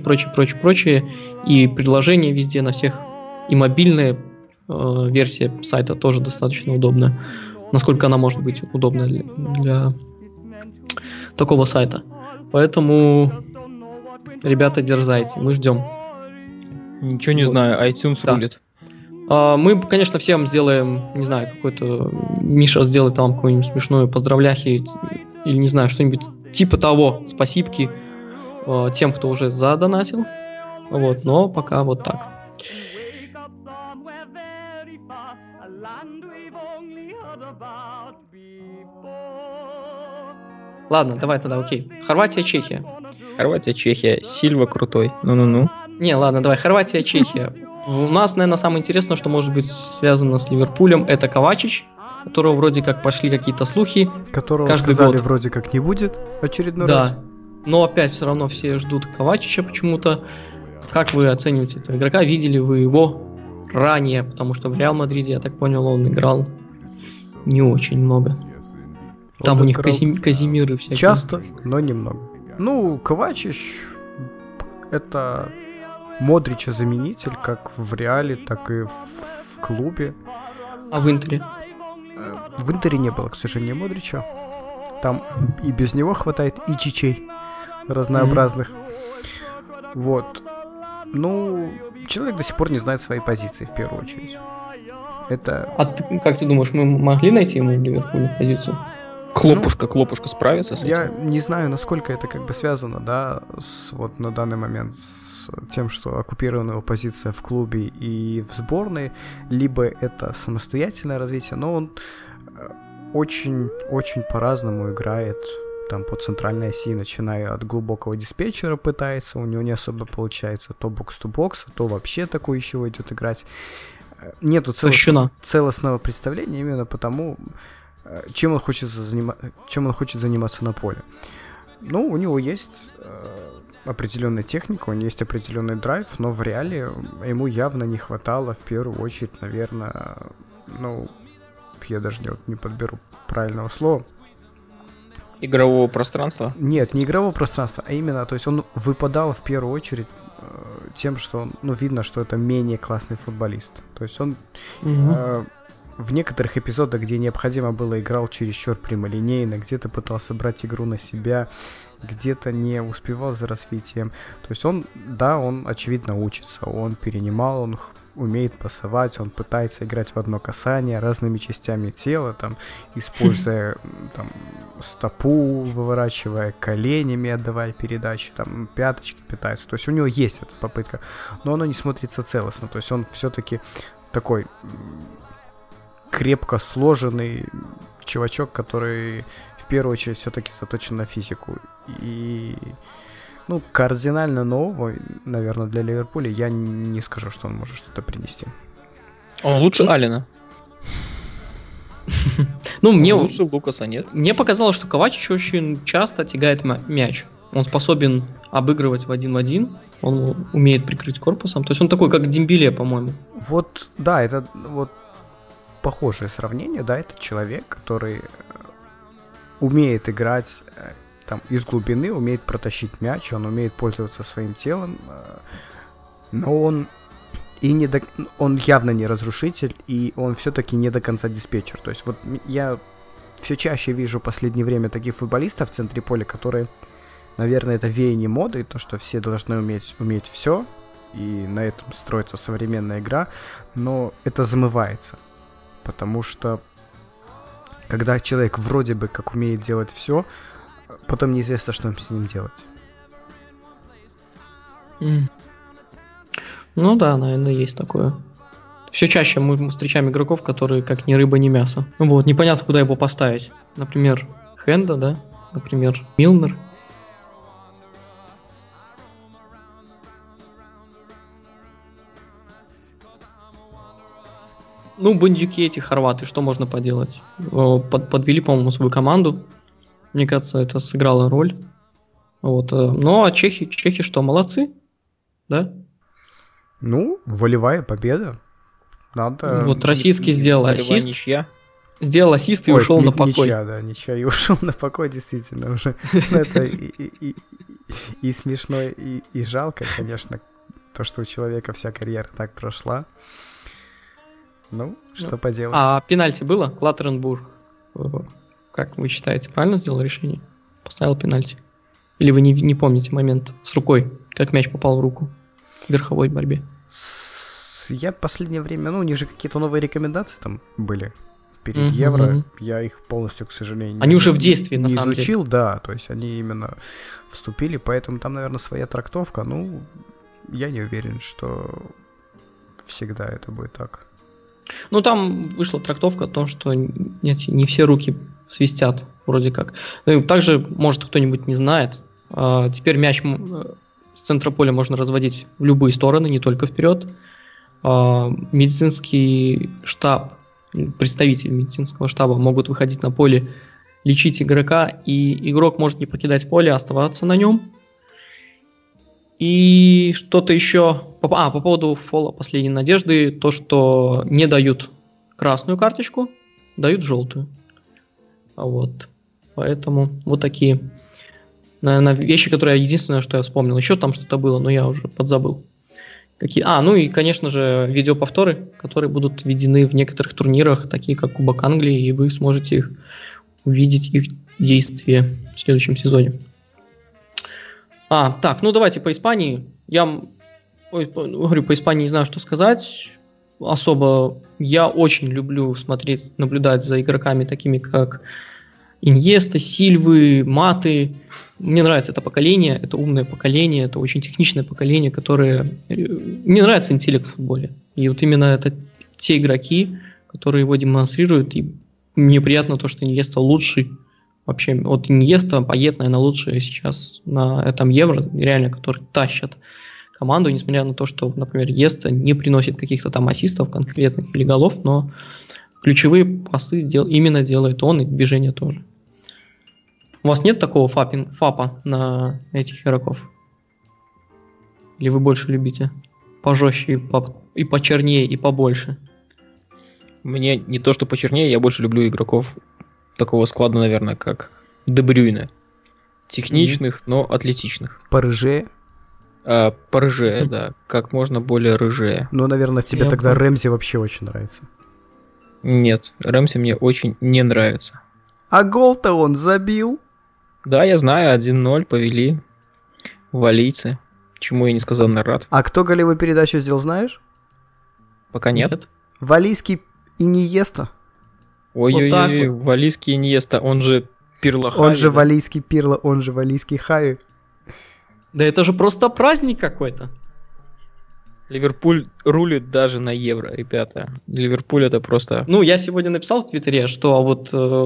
И предложения везде на всех. И мобильная версия сайта тоже достаточно удобная. Насколько она может быть удобна для такого сайта. Поэтому, ребята, дерзайте, мы ждем. Ничего не знаю, iTunes рулит. Мы, конечно, всем сделаем, не знаю, какой-то... Миша сделает там какую-нибудь смешную поздравляхи или, не знаю, что-нибудь типа того, спасибки тем, кто уже задонатил. Вот, но пока вот так. Ладно, давай тогда, окей. Хорватия-Чехия. Хорватия-Чехия. Сильва крутой. Ну-ну-ну. Не, ладно, давай. Хорватия-Чехия. У нас, наверное, самое интересное, что может быть связано с Ливерпулем, это Ковачич, которого вроде как пошли какие-то слухи. Которого сказали вроде как не будет очередной раз. Да, но опять все равно все ждут Ковачича почему-то. Как вы оцениваете этого игрока? Видели вы его ранее? Потому что в Реал Мадриде, я так понял, он играл не очень много. Там у них Казимиры всякие. Часто, но немного. Ну, Ковачич это Модрича заменитель, как в Реале, так и в клубе. А в Интере? В Интере не было, к сожалению, Модрича. Там и без него хватает и чичей разнообразных. Вот. Ну, человек до сих пор не знает своей позиции, в первую очередь. Это... как ты думаешь, мы могли найти ему в Ливерпуле позицию? Клопушка справится с этим? Я не знаю, насколько это как бы связано, да, вот на данный момент с тем, что оккупирована его позиция в клубе и в сборной, либо это самостоятельное развитие, но он очень-очень по-разному играет, там по центральной оси, начиная от глубокого диспетчера пытается, у него не особо получается то бокс-то-бокс, то вообще такой еще идет играть. Нету целостного представления именно потому... Чем он хочет заниматься на поле. Ну, у него есть определенная техника, у него есть определенный драйв, но в Реале ему явно не хватало, в первую очередь, наверное, ну, я даже не подберу правильного слова. Игрового пространства? Нет, не игрового пространства, а именно, то есть он выпадал в первую очередь тем, что, видно, что это менее классный футболист. То есть он... в некоторых эпизодах, где необходимо было, играл чересчур прямолинейно, где-то пытался брать игру на себя, где-то не успевал за развитием. То есть он очевидно учится, он перенимал, он умеет пасовать, он пытается играть в одно касание разными частями тела, там, используя там, стопу, выворачивая коленями, отдавая передачи, там, пяточки питается. То есть у него есть эта попытка, но оно не смотрится целостно. То есть он все-таки такой крепко сложенный чувачок, который в первую очередь все-таки заточен на физику. И кардинально нового, наверное, для Ливерпуля я не скажу, что он может что-то принести. Он лучше Аллена. Мне лучше Лукаса нет. Мне показалось, что Ковачич очень часто тягает мяч. Он способен обыгрывать в 1 в 1. Он умеет прикрыть корпусом. То есть он такой, как Дембеле, по-моему. Вот, да, это вот похожее сравнение, да, это человек, который умеет играть там из глубины, умеет протащить мяч, он умеет пользоваться своим телом, но он явно не разрушитель, и он все-таки не до конца диспетчер. То есть вот я все чаще вижу в последнее время таких футболистов в центре поля, которые, наверное, это веяние моды, то, что все должны уметь все, и на этом строится современная игра, но это замывается, потому что когда человек вроде бы как умеет делать все, потом неизвестно, что с ним делать. Ну да, наверное, есть такое. Все чаще мы встречаем игроков, которые как ни рыба, ни мясо. Вот, непонятно, куда его поставить. Например, Хенда, да? Например, Милнер. Бандюки эти хорваты, что можно поделать? Подвели, по-моему, свою команду. Мне кажется, это сыграло роль. Вот. Ну, а чехи что, молодцы? Да? Волевая победа. Надо... Вот российский сделал ассист. Ничья. Сделал ассист и ушел на покой. Ничья, и ушел на покой, действительно, уже. Это и смешно, и жалко, конечно, то, что у человека вся карьера так прошла. Что поделать. А пенальти было? Клаттеренбург, как вы считаете, правильно сделал решение? Поставил пенальти? Или вы не помните момент с рукой, как мяч попал в руку в верховой борьбе? Я в последнее время, у них же какие-то новые рекомендации там были перед Евро. Я их полностью, к сожалению, они уже в действии, на самом деле. Не изучил, да, то есть они именно вступили, поэтому там, наверное, своя трактовка. Я не уверен, что всегда это будет так. Там вышла трактовка о том, что не все руки свистят, вроде как. Также, может, кто-нибудь не знает, теперь мяч с центра поля можно разводить в любые стороны, не только вперед. Медицинский штаб, представители медицинского штаба могут выходить на поле, лечить игрока, и игрок может не покидать поле, а оставаться на нем. И что-то еще... по поводу фола последней надежды, то, что не дают красную карточку, дают желтую. Вот. Поэтому вот такие, наверное, вещи, которые единственное, что я вспомнил. Еще там что-то было, но я уже подзабыл. И, конечно же, видеоповторы, которые будут введены в некоторых турнирах, такие как Кубок Англии, и вы сможете увидеть их действие в следующем сезоне. Давайте по Испании. Я говорю, по Испании не знаю, что сказать. Особо я очень люблю наблюдать за игроками такими, как Иньеста, Сильвы, Маты. Мне нравится это поколение, это умное поколение, это очень техничное поколение, которое... Мне нравится интеллект в футболе. И вот именно это те игроки, которые его демонстрируют. И мне приятно то, что Иньеста лучший. Вообще, от Иньеста, Пайет, наверное, лучшие сейчас на этом Евро, реально, которые тащат команду, несмотря на то, что, например, Иньеста не приносит каких-то там ассистов конкретных или голов, но ключевые пасы именно делает он, и движения тоже. У вас нет такого фапа на этих игроков? Или вы больше любите пожестче и почернее, и побольше? Мне не то, что почернее, я больше люблю игроков такого склада, наверное, как Де Брюйне. Техничных, но атлетичных. Порыжее? Порыжее, да. Как можно более рыжее. Наверное, тебе тогда Рэмзи вообще очень нравится. Нет, Рэмси мне очень не нравится. А гол-то он забил. Да, я знаю, 1-0 повели валийцы, чему я несказанно рад. А кто голевую передачу сделал, знаешь? Пока нет. Валийский Иньеста. Ой-ой-ой, вот валийский Иньеста, он же Пирло Хави. Он же валийский Пирло, он же валийский Хави. Да это же просто праздник какой-то. Ливерпуль рулит даже на Евро, ребята. Ливерпуль это просто... Ну, я сегодня написал в Твиттере, что вот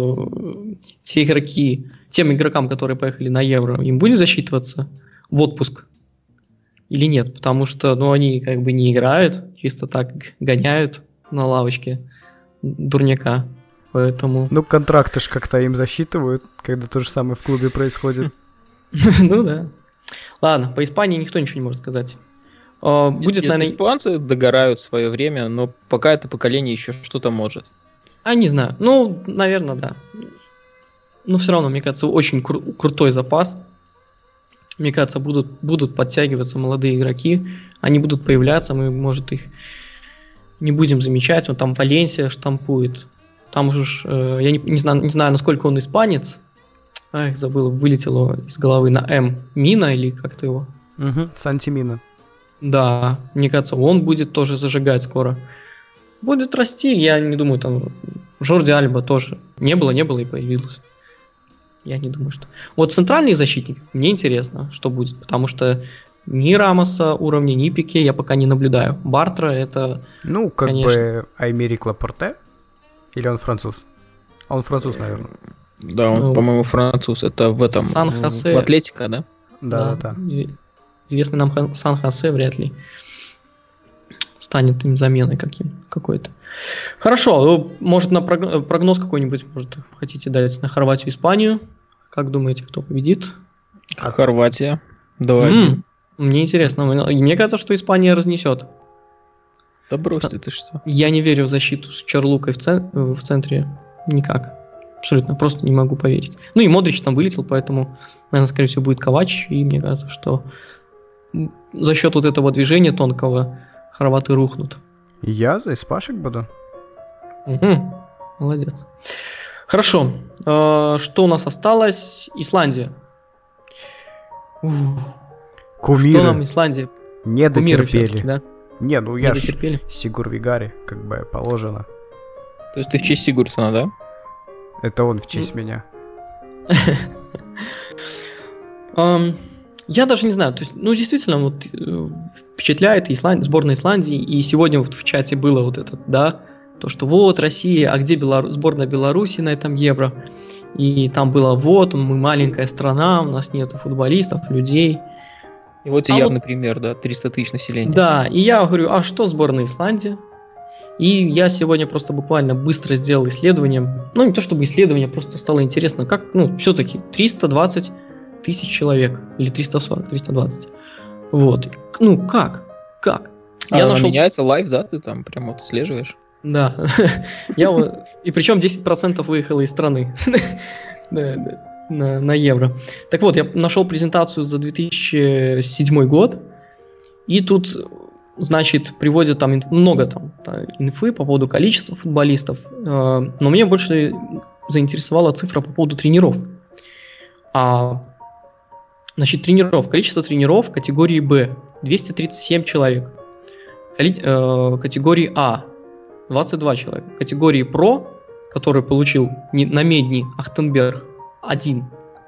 те игроки, тем игрокам, которые поехали на Евро, им будет засчитываться в отпуск или нет? Потому что, ну, они как бы не играют, чисто так гоняют на лавочке дурняка. Поэтому... Ну, контракты ж как-то им засчитывают, когда то же самое в клубе происходит. Ну да. Ладно, по Испании никто ничего не может сказать. Будет, наверное... Испанцы догорают в свое время, но пока это поколение еще что-то может. Не знаю. Ну, наверное, да. Но все равно, мне кажется, очень крутой запас. Мне кажется, будут подтягиваться молодые игроки. Они будут появляться, мы, может, их не будем замечать. Вот там Валенсия штампует. Там уже, я не знаю, насколько он испанец. Забыл, вылетело из головы на М. Мина или как-то его? Сантимина. Да, мне кажется, он будет тоже зажигать скоро. Будет расти, я не думаю, там Жорди Альба тоже не было и появился. Я не думаю, что... Вот центральный защитник, мне интересно, что будет, потому что ни Рамоса уровня, ни Пике я пока не наблюдаю. Бартра это... Ну, как конечно... бы Аймерик Лапорте? Или он француз? Он француз, наверное. Да, он, по-моему, француз. Это в этом... Сан-Хосе. В Атлетико, да? Да. Известный нам Сан-Хосе вряд ли станет им заменой какой-то. Хорошо, может на прогноз какой-нибудь, может, хотите дать на Хорватию, Испанию? Как думаете, кто победит? Хорватия. 2-1. Мне интересно. Мне кажется, что Испания разнесет. Да брось ты что. Я не верю в защиту с Чарлукой в центре никак. Абсолютно, просто не могу поверить. Ну и Модрич там вылетел, поэтому, наверное, скорее всего, будет Ковач. И мне кажется, что за счет вот этого движения тонкого хорваты рухнут. Я за испашек буду. Молодец. Хорошо. Что у нас осталось? Исландия. Кумиры. Что нам Исландия? Не дотерпели. Да? Не, ну я ж Сигур Вигари, как бы положено. То есть ты в честь Сигурсона, да? Это он в честь меня. Я даже не знаю, то есть, ну действительно вот впечатляет сборная Исландии, и сегодня вот в чате было вот это, да, то что вот Россия, а где сборная Беларуси на этом Евро, и там было вот, мы маленькая страна, у нас нет футболистов, людей. И вот явный пример, да, 300 тысяч населения. Да, и я говорю, а что сборная Исландии? И я сегодня просто буквально быстро сделал исследование, ну не то чтобы исследование, просто стало интересно, как, ну все-таки 320 тысяч человек, или 340, 320. Вот. Ну, как? Я нашел... меняется лайв, да? Ты там прям вот отслеживаешь? Да. И причем 10% выехало из страны на Евро. Так вот, я нашел презентацию за 2007 год, и тут, значит, приводят там много там инфы по поводу количества футболистов, но меня больше заинтересовала цифра по поводу тренеров. Значит, количество тренеров категории Б 237 человек, категории А 22 человека, категории ПРО, который получил на Медни Ахтенберг, 1.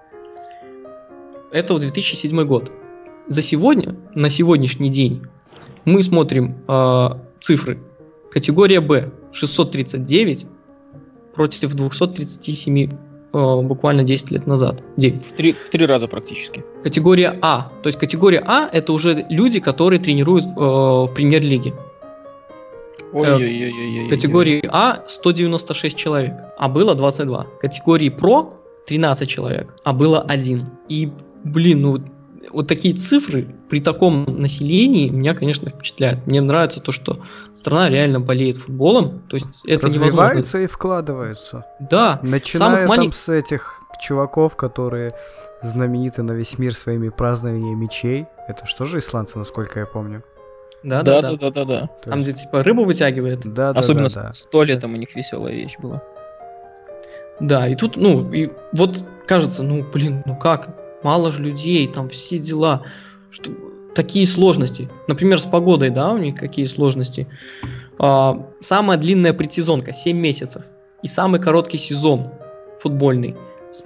Это 2007 год. На сегодняшний день мы смотрим цифры. Категория Б 639 против 237 буквально 10 лет назад. 9. В три раза практически. Категория А. То есть категория А это уже люди, которые тренируют в премьер-лиге. Категории А 196 человек, а было 22. Категории ПРО 13 человек, а было 1. И, вот такие цифры при таком населении меня, конечно, впечатляют. Мне нравится то, что страна реально болеет футболом. То есть это развивается невозможно. И вкладывается. Да. Начиная там с этих чуваков, которые знамениты на весь мир своими празднованиями мячей. Это что же исландцы, насколько я помню? Да. Там, где типа рыбу вытягивает. Да. Особенно с туалетом у них веселая вещь была. Да, и тут, и вот кажется, как, мало же людей, там все дела, что такие сложности. Например, с погодой, да, у них какие сложности. Самая длинная предсезонка, 7 месяцев. И самый короткий сезон футбольный с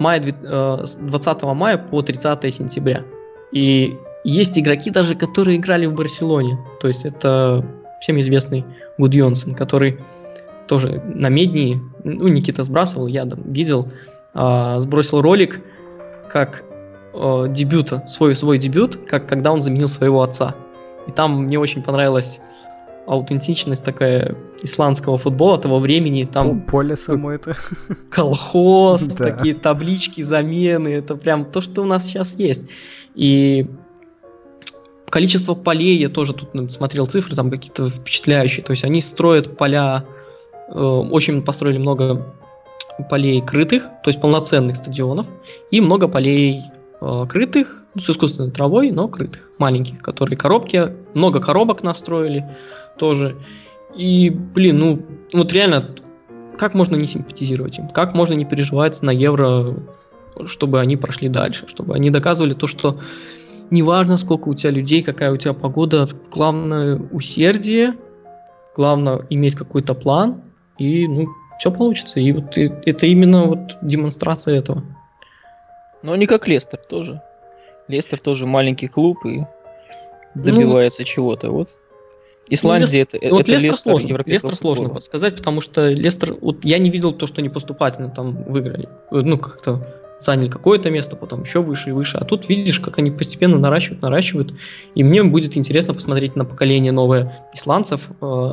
20 мая по 30 сентября. И есть игроки даже, которые играли в Барселоне. То есть это всем известный Гудьонсен, который тоже на Медни, Никита сбрасывал, я видел, сбросил ролик, как дебюта, свой дебют, когда он заменил своего отца. И там мне очень понравилась аутентичность такая исландского футбола того времени. Там поле само это. Колхоз, такие таблички, замены. Это прям то, что у нас сейчас есть. И количество полей, я тоже тут смотрел цифры, там какие-то впечатляющие. То есть они строят поля, очень построили много полей крытых, то есть полноценных стадионов, и много полей крытых, с искусственной травой, но крытых, маленьких, которые коробки, много коробок настроили тоже. И, реально, как можно не симпатизировать им? Как можно не переживать на Евро, чтобы они прошли дальше, чтобы они доказывали то, что неважно, сколько у тебя людей, какая у тебя погода, главное усердие, главное иметь какой-то план, и, все получится. И вот это именно демонстрация этого. Но не как Лестер тоже. Лестер тоже маленький клуб и добивается чего-то. Вот. Исландия это Лестер сложно. Лестер сложно подсказать, потому что Лестер, я не видел то, что они поступательно там выиграли. Как-то заняли какое-то место, потом еще выше и выше. А тут видишь, как они постепенно наращивают. И мне будет интересно посмотреть на поколение новое исландцев.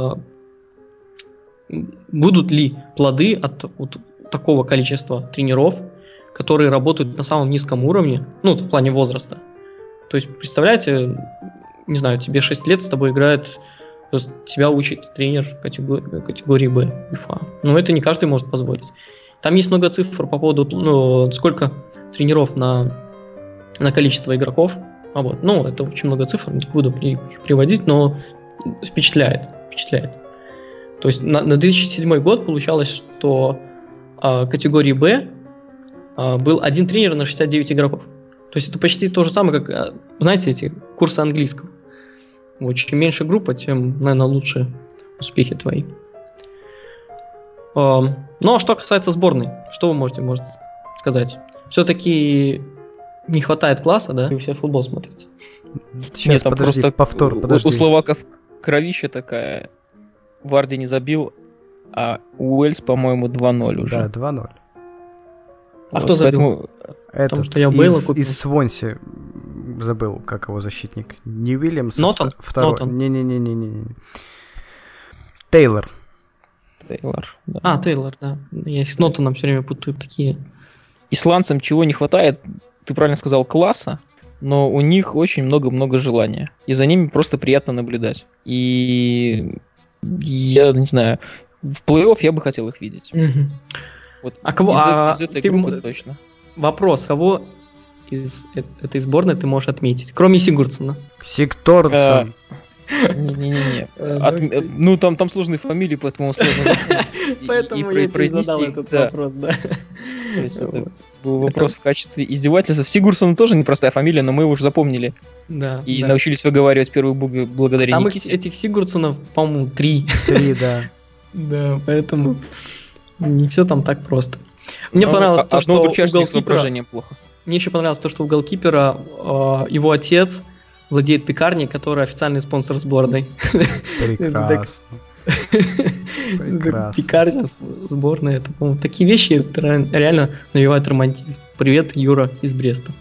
Будут ли плоды от такого количества тренеров, которые работают на самом низком уровне, в плане возраста. То есть, представляете, не знаю, тебе 6 лет, с тобой играет, тебя учит тренер категории Б УЕФА. Это не каждый может позволить. Там есть много цифр по поводу, сколько тренеров на количество игроков. Это очень много цифр, не буду их приводить, но впечатляет. То есть на 2007 год получалось, что категории Б был один тренер на 69 игроков. То есть это почти то же самое, как, знаете, эти курсы английского. Чем меньше группа, тем, наверное, лучше успехи твои. А что касается сборной, что вы можете сказать? Все-таки не хватает класса, да? Вы все футбол смотрите. Сейчас, подожди, повтор. У словаков кровища такая. Варди не забил, а Уэльс, по-моему, 2-0 уже. Да, 2-0. А кто забил? Потому что я Бейла купил. Из Свонси забыл, как его защитник. Не Уильямс, Нотон? Второй. Не. Тейлор, да. Тейлор, да. Я с Нотоном все время путаю такие. Исландцам чего не хватает, ты правильно сказал, класса, но у них очень много желания. И за ними просто приятно наблюдать. И я не знаю, в плей-офф я бы хотел их видеть. Угу. Из этой группы точно. Вопрос, кого из этой сборной ты можешь отметить, кроме Сигурдсона? Сигторнсон. Не. Там сложные фамилии, поэтому сложно запомнить. Поэтому я тебе задал этот вопрос, да. То есть это был вопрос в качестве издевательства. Сигурдсон тоже непростая фамилия, но мы его уже запомнили. Да. И научились выговаривать первые буквы благодаря Никите. Там этих Сигурдсонов, по-моему, 3. 3, да. Да, поэтому не все там так просто. Мне понравилось то, что у голкипера... плохо. Мне еще понравилось то, что у голкипера его отец владеет пекарней, которая официальный спонсор сборной. Прекрасно. Пекарня сборная. Это, по-моему, такие вещи реально навевают романтизм. Привет, Юра из Бреста.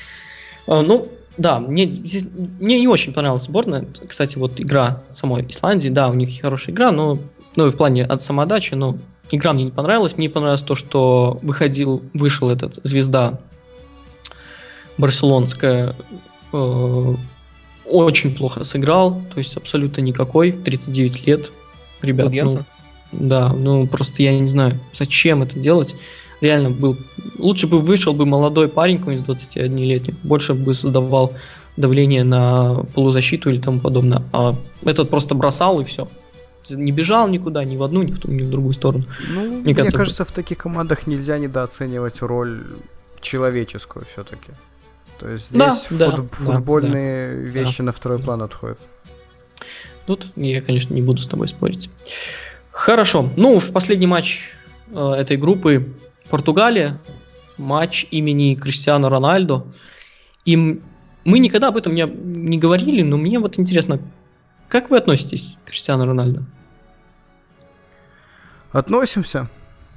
Да, мне не очень понравилась сборная. Кстати, игра самой Исландии, да, у них хорошая игра, но в плане от самоотдачи, но игра мне не понравилась. Мне понравилось то, что вышел этот звезда барселонская, очень плохо сыграл, то есть абсолютно никакой, 39 лет, ребят. Просто я не знаю, зачем это делать. Реально лучше бы вышел бы молодой парень, какой-нибудь 21-летний, больше бы создавал давление на полузащиту или тому подобное. А этот просто бросал и все. Не бежал никуда, ни в одну, ни в другую сторону. Ну, мне кажется, в таких командах нельзя недооценивать роль человеческую все-таки. То есть здесь футбольные вещи на второй план отходят. Тут я, конечно, не буду с тобой спорить. Хорошо. Ну, в последний матч этой группы Португалия. Матч имени Криштиану Рональдо. И мы никогда об этом не говорили, но мне вот интересно, как вы относитесь к Криштиану Рональдо? Относимся.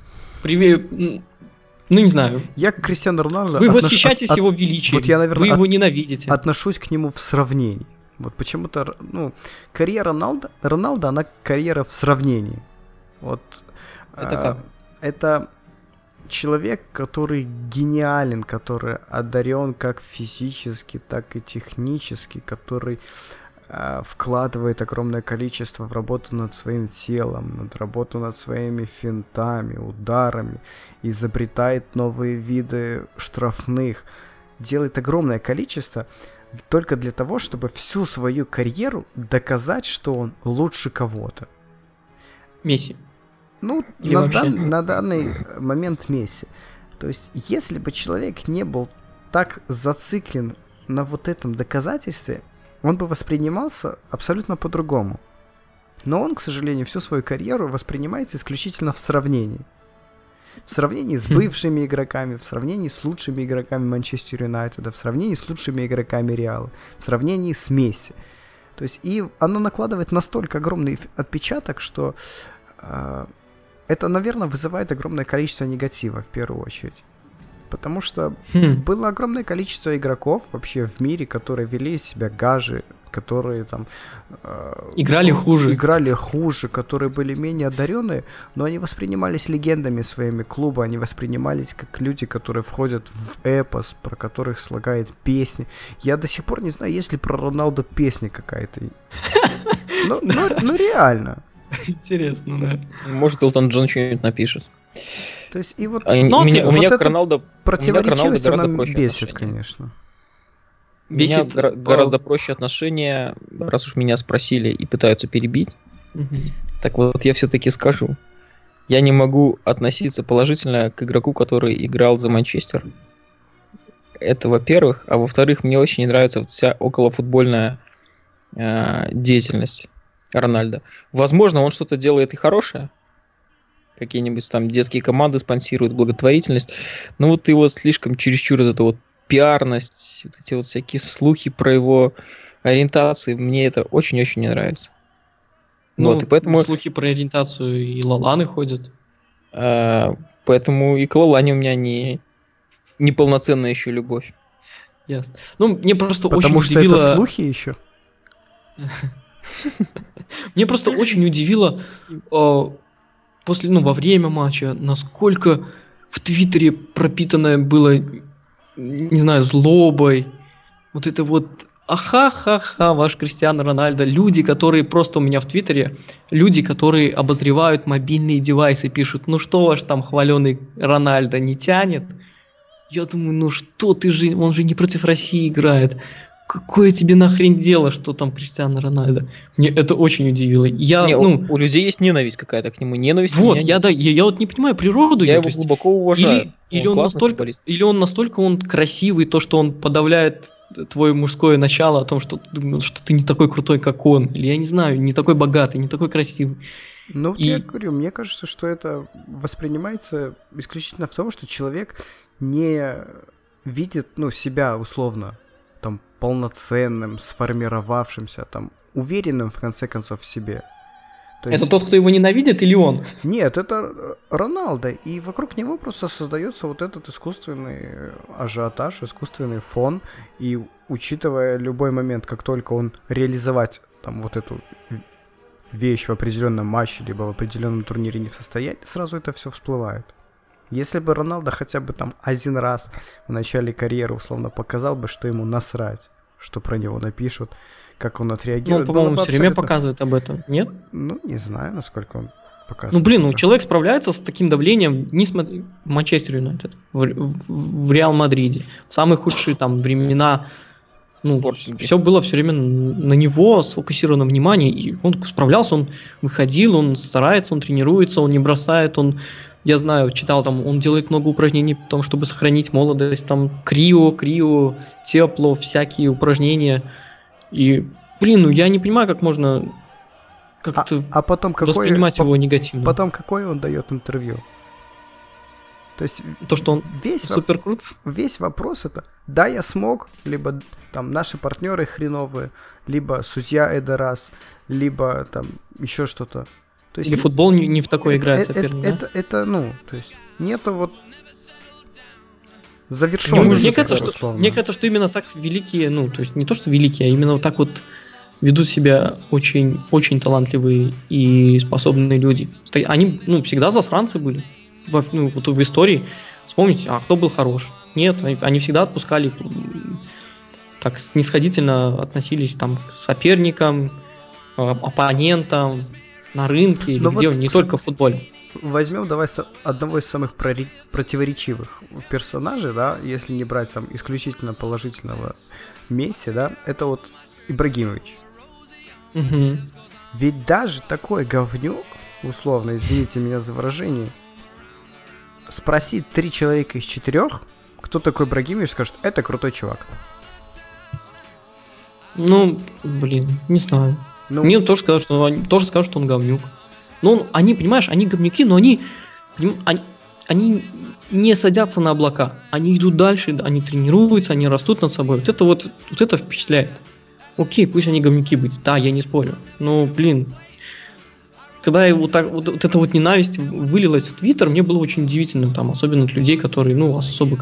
Ну, не знаю. Я к Криштиану Роналду... Вы восхищаетесь его величием, вот я, наверное, вы его ненавидите. Отношусь к нему в сравнении. Вот почему-то, карьера Роналдо, она карьера в сравнении. Вот. Это как? Это человек, который гениален, который одарен как физически, так и технически, который вкладывает огромное количество в работу над своим телом, работу над своими финтами, ударами, изобретает новые виды штрафных, делает огромное количество только для того, чтобы всю свою карьеру доказать, что он лучше кого-то. Месси. Ну, на данный момент Месси. То есть, если бы человек не был так зациклен на вот этом доказательстве, он бы воспринимался абсолютно по-другому. Но он, к сожалению, всю свою карьеру воспринимается исключительно в сравнении. В сравнении с бывшими игроками, в сравнении с лучшими игроками Манчестер Юнайтеда, в сравнении с лучшими игроками Реала, в сравнении с Месси. То есть, и оно накладывает настолько огромный отпечаток, что это, наверное, вызывает огромное количество негатива в первую очередь. Потому что было огромное количество игроков вообще в мире, которые вели себя гаже, которые там... Играли хуже, которые были менее одаренные, но они воспринимались легендами своими клуба, они воспринимались как люди, которые входят в эпос, про которых слагает песни. Я до сих пор не знаю, есть ли про Роналдо песня какая-то. Ну реально. Интересно, да. Может, Элтон Джон что-нибудь напишет. То есть, и вот... У меня к Роналду противоречивость гораздо она проще бесит, отношения. конечно. У меня гораздо проще отношения, раз уж меня спросили и пытаются перебить. Так вот, я все-таки скажу. Я не могу относиться положительно к игроку, который играл за Манчестер. Это во-первых. А во-вторых, мне очень не нравится вся околофутбольная деятельность Рональдо. Возможно, он что-то делает и хорошее. Какие-нибудь там детские команды спонсируют, благотворительность. Но вот его слишком чересчур вот эта вот пиарность, вот эти вот всякие слухи про его ориентации, мне это очень-очень не нравится. Ну, вот, и поэтому... слухи про ориентацию и Лаланы ходят. Поэтому и к Лалане у меня не полноценная еще любовь. Ясно. Ну, мне просто потому очень удивило... Потому что это слухи еще? Мне просто очень удивило во время матча, насколько в Твиттере пропитанное было, не знаю, злобой. Вот это вот ахахаха, ваш Криштиану Рональдо. Люди, которые просто у меня в Твиттере, люди, которые обозревают мобильные девайсы, пишут, ну что ваш там хваленый Рональдо не тянет? Я думаю, ну что ты же, он же не против России играет. Какое тебе нахрен дело, что там Криштиану Рональдо? Мне это очень удивило. У людей есть ненависть какая-то к нему. Ненависть. Вот, я вот не понимаю природу. Я его глубоко уважаю. Или он настолько он красивый, то, что он подавляет твое мужское начало о том, что ты думаешь, что ты не такой крутой, как он. Или я не знаю, не такой богатый, не такой красивый. Ну, я говорю, мне кажется, что это воспринимается исключительно в том, что человек не видит, себя условно там полноценным, сформировавшимся, там, уверенным, в конце концов, в себе. То есть... Это тот, кто его ненавидит, или он? Нет, это Роналдо, и вокруг него просто создается вот этот искусственный ажиотаж, искусственный фон, и учитывая любой момент, как только он реализовать там вот эту вещь в определенном матче, либо в определенном турнире не в состоянии, сразу это все всплывает. Если бы Роналдо хотя бы там один раз в начале карьеры условно показал бы, что ему насрать, что про него напишут, как он отреагирует. Ну, он, по-моему, все время показывает об этом, нет? Ну, не знаю, насколько он показывает. Человек справляется с таким давлением, несмотря в Манчестер Юнайтед, в Реал Мадриде, в самые худшие там времена все было все время на него сфокусировано внимание, и он справлялся, он выходил, он старается, он тренируется, он не бросает, я знаю, читал там, он делает много упражнений в том, чтобы сохранить молодость, там крио, тепло, всякие упражнения. И, я не понимаю, как можно как-то потом воспринимать его негативно. Потом какое он дает интервью? То есть то, что он супер крут? Весь вопрос это, да, я смог, либо там наши партнеры хреновые, либо судья Эдерас, либо там еще что-то. То есть, или футбол не в такой играет соперник, да? Это, то есть, нету вот завершенности. Мне кажется, что именно так великие, то есть не то, что великие, а именно вот так вот ведут себя очень, очень талантливые и способные люди. Они, всегда засранцы были. Вот в истории. Вспомните, кто был хорош? Нет, они всегда отпускали, так снисходительно относились там к соперникам, оппонентам, на рынке, или где, не только в футболе. Возьмем давай одного из самых противоречивых персонажей, да, если не брать там исключительно положительного Месси, да, это вот Ибрагимович. Угу. Ведь даже такой говнюк, условно, извините меня за выражение, спросит 3 человека из 4, кто такой Ибрагимович, скажет, это крутой чувак. Не знаю. Мне тоже скажут, что он говнюк. Они, понимаешь, они говнюки, но они не садятся на облака. Они идут дальше, они тренируются, они растут над собой. Вот это впечатляет. Окей, пусть они говнюки быть. Да, я не спорю. Но, когда эта ненависть вылилась в Твиттер, мне было очень удивительно, там, особенно от людей, которые, особо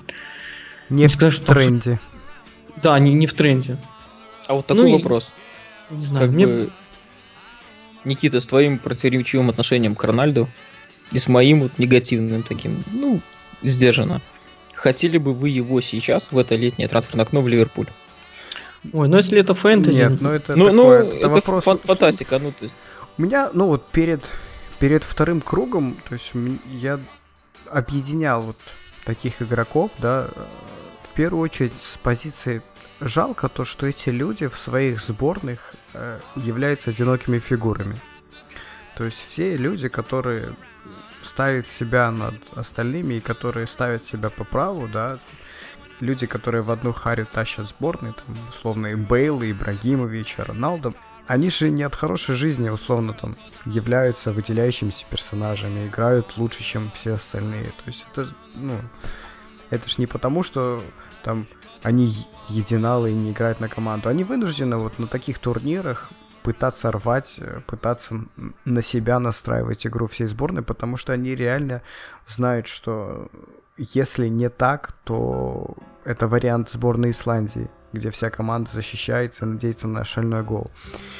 не в тренде. Да, не в тренде. А вот такой вопрос. Не знаю, Никита, с твоим противоречивым отношением к Рональду и с моим негативным таким, сдержанно, хотели бы вы его сейчас, в это летнее трансферное окно, в Ливерпуль? Ой, если это фэнтези... Нет, это вопрос... фантастика, У меня, перед вторым кругом, то есть я объединял вот таких игроков, да, в первую очередь с позиции жалко то, что эти люди в своих сборных являются одинокими фигурами. То есть все люди, которые ставят себя над остальными и которые ставят себя по праву, да, люди, которые в одну харю тащат сборные, там, условно, и Бейл, и Ибрагимович, и Роналдо, они же не от хорошей жизни, условно, там, являются выделяющимися персонажами, играют лучше, чем все остальные. То есть это ж не потому, что там они единалы и не играют на команду. Они вынуждены вот на таких турнирах пытаться рвать, пытаться на себя настраивать игру всей сборной, потому что они реально знают, что если не так, то это вариант сборной Исландии, где вся команда защищается и надеется на шальной гол.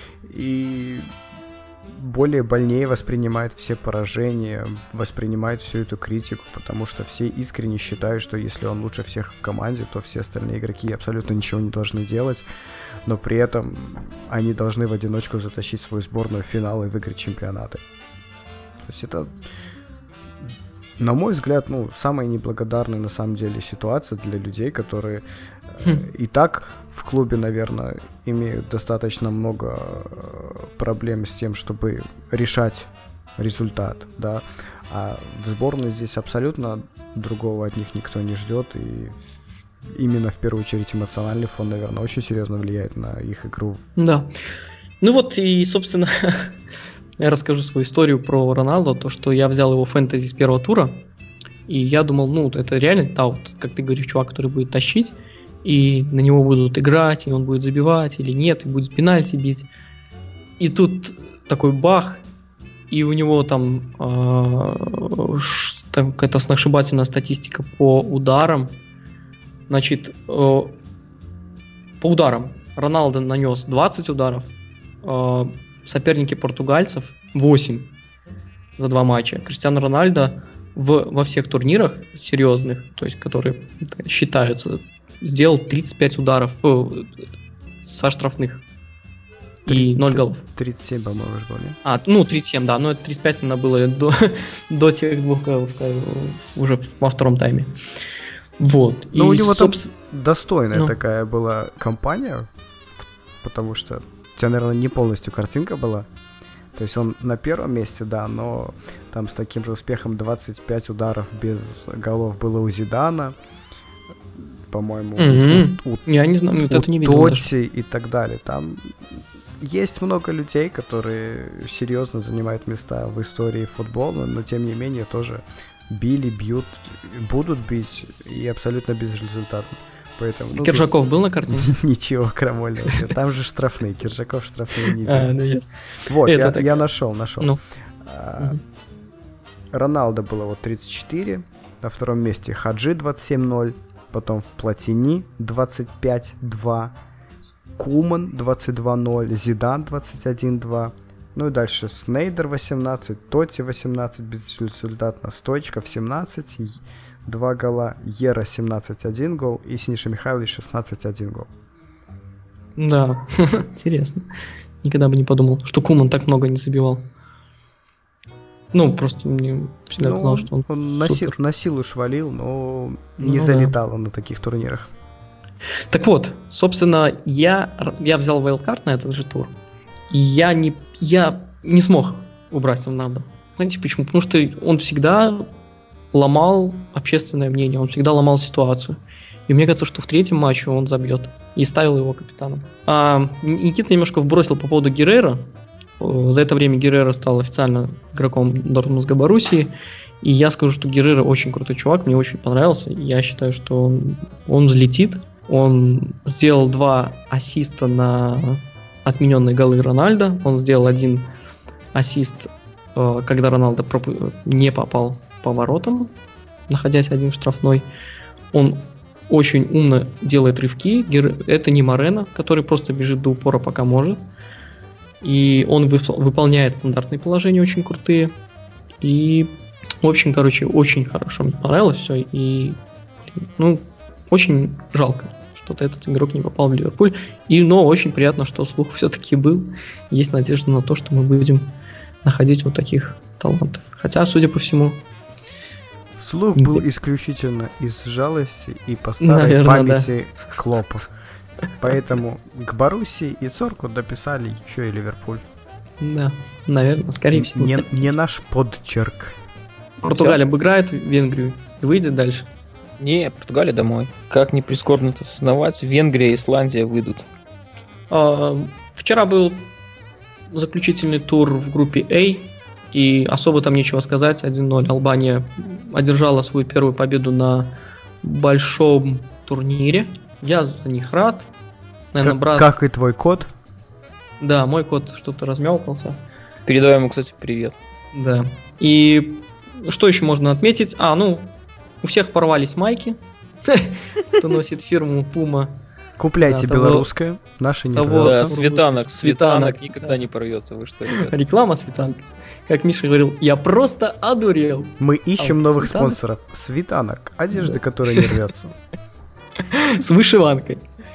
И более больнее воспринимает все поражения, воспринимает всю эту критику, потому что все искренне считают, что если он лучше всех в команде, то все остальные игроки абсолютно ничего не должны делать, но при этом они должны в одиночку затащить свою сборную в финал и выиграть чемпионаты. То есть это, на мой взгляд, самая неблагодарная на самом деле ситуация для людей, которые и так в клубе, наверное, имеют достаточно много проблем с тем, чтобы решать результат, да, а в сборной здесь абсолютно другого от них никто не ждет, и именно в первую очередь эмоциональный фон, наверное, очень серьезно влияет на их игру. Да. И, собственно, я расскажу свою историю про Роналдо, то, что я взял его в фэнтези с первого тура, и я думал, это реально, как ты говоришь, чувак, который будет тащить, и на него будут играть, и он будет забивать или нет, и будет пенальти бить. И тут такой бах, и у него там какая-то сногсшибательная статистика по ударам. Значит, по ударам Роналдо нанес 20 ударов, соперники португальцев 8 за 2 матча. Криштиану Рональдо во всех турнирах серьезных, то есть которые считаются, сделал 35 ударов со штрафных и 0 голов. 37, по-моему, же был, не? 37, да, но 35 надо было до тех 2 голов уже во втором тайме. Вот. Ну, у него там достойная такая была компания, потому что у тебя, наверное, не полностью картинка была. То есть он на первом месте, да, но там с таким же успехом 25 ударов без голов было у Зидана, по-моему, я не знаю, вот это не видел Тотти и так далее. Там есть много людей, которые серьезно занимают места в истории футбола, но тем не менее тоже били, бьют, будут бить и абсолютно безрезультатно. Поэтому, Киржаков был на картине? Ничего крамольного. Там же штрафные. Киржаков штрафные не бил. Вот, я нашел. Роналдо было вот 34, на втором месте Хаджи 27-0, потом в Платини 25-2, Куман 22-0, Зидан 21-2, ну и дальше Снейдер 18, Тотти 18 безрезультатно, Стойчков 17, 2 гола, Ера 17-1 гол и Синиша Михайлович 16-1 гол. Да, интересно. Никогда бы не подумал, что Куман так много не забивал. Ну, просто мне всегда казалось, что он на силу швалил, но не залетал он на таких турнирах. Так вот, собственно, я взял вайлдкарт на этот же тур, и я не смог убрать Роналду. Знаете почему? Потому что он всегда ломал общественное мнение, он всегда ломал ситуацию. И мне кажется, что в третьем матче он забьет. И ставил его капитаном. Никита немножко вбросил по поводу Геррера. За это время Геррера стал официально игроком Дортмундской Боруссии. И я скажу, что Геррера очень крутой чувак, мне очень понравился. Я считаю, что он взлетит. Он сделал 2 ассиста на отмененные голы Рональдо. Он сделал 1 ассист, когда Роналдо не попал по воротам, находясь один в штрафной. Он очень умно делает рывки. Это не Морено, который просто бежит до упора, пока может. И он выполняет стандартные положения очень крутые. И, в общем, очень хорошо. Мне понравилось все. И, очень жалко, что этот игрок не попал в Ливерпуль. Но очень приятно, что слух все-таки был. Есть надежда на то, что мы будем находить вот таких талантов. Хотя, судя по всему... Слух был исключительно из жалости и по старой памяти Клопа. Поэтому к Боруссии и Цорку дописали еще и Ливерпуль. Да, наверное, скорее всего. Не наш подчерк. Португалия обыграет Венгрию и выйдет дальше. Не, Португалия домой. Как ни прискорбно это осознавать, Венгрия и Исландия выйдут. Вчера был заключительный тур в группе А. И особо там нечего сказать. 1-0 Албания одержала свою первую победу на большом турнире. Я за них рад. Наверное, брат... Как и твой кот? Да, мой кот что-то размялкался. Передаю ему, кстати, привет. Да. И что еще можно отметить? У всех порвались майки. Кто носит фирму Puma. Купляйте белорусское, наши не рвется. Светанок никогда не порвется. Вы что, ребята? Реклама Светанки. Как Миша говорил, я просто одурел. Мы ищем новых спонсоров. Светанок, одежда, которая не рвется. С вышиванкой.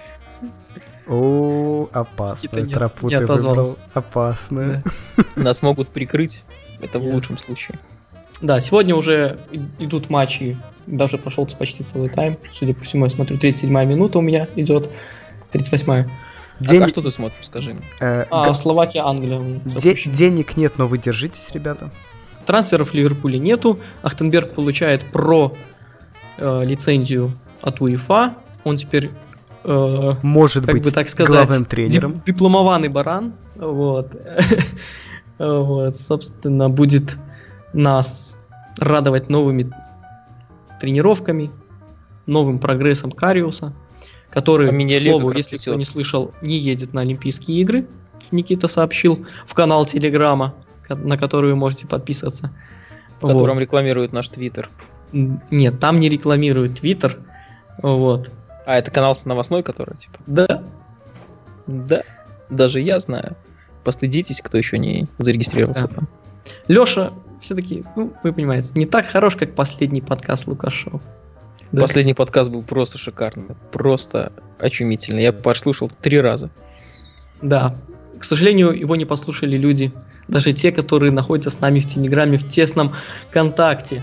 О, опасно. Тропу ты выбрал. Опасно. Нас могут прикрыть. Это в лучшем случае. Да, сегодня уже идут матчи. Даже прошел почти целый тайм. Судя по всему, я смотрю, 37-я минута у меня идет. 38-я. А что ты смотришь, скажи мне? Словакия, Англия. Денег нет, но вы держитесь, ребята. Трансферов в Ливерпуле нету. Ахтенберг получает лицензию от УЕФА. Он теперь может быть, так сказать, главным тренером. Дипломованный баран. Вот. Собственно, будет нас радовать новыми тренировками, новым прогрессом Кариуса, который, к слову, если кто не слышал, не едет на Олимпийские игры. Никита сообщил в канал Телеграма, на который вы можете подписываться. В котором рекламирует наш Твиттер. Нет, там не рекламирует Твиттер. Вот. А, это канал новостной, который, типа? Да. Да. Даже я знаю. Постыдитесь, кто еще не зарегистрировался там. Леша все-таки, вы понимаете, не так хорош, как последний подкаст Лукашов. Да. Последний подкаст был просто шикарный. Просто очумительный. Я послушал 3 раза. Да. К сожалению, его не послушали люди. Даже те, которые находятся с нами в Телеграме в тесном контакте.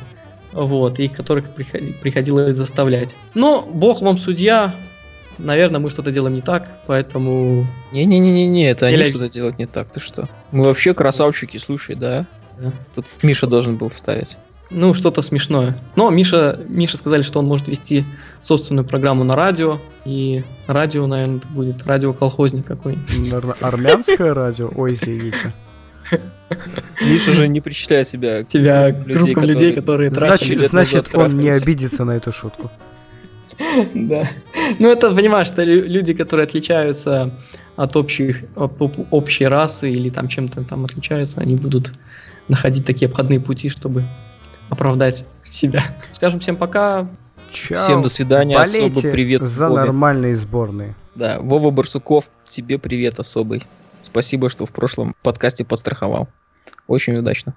вот, и которых приходилось заставлять. Но бог вам судья, наверное, мы что-то делаем не так, поэтому... Не-не-не-не, это они что-то делают не так, ты что? Мы вообще красавчики, слушай, да? Тут Миша должен был вставить. Ну, что-то смешное. Но Миша сказали, что он может вести собственную программу на радио, и радио, наверное, будет радиоколхозник какой-нибудь. Наверное, армянское радио? Ой, извините. Миша же не причисляет себя к группам людей, которые... Значит, он не обидится на эту шутку. Да. Ну, это, понимаешь, это люди, которые отличаются от общей расы или там чем-то там отличаются, они будут находить такие обходные пути, чтобы оправдать себя. Скажем всем пока. Чао. Всем до свидания. Болейте особый привет за Вове. нормальные сборные. Да, Вова Барсуков, тебе привет особый. Спасибо, что в прошлом подкасте подстраховал. Очень удачно.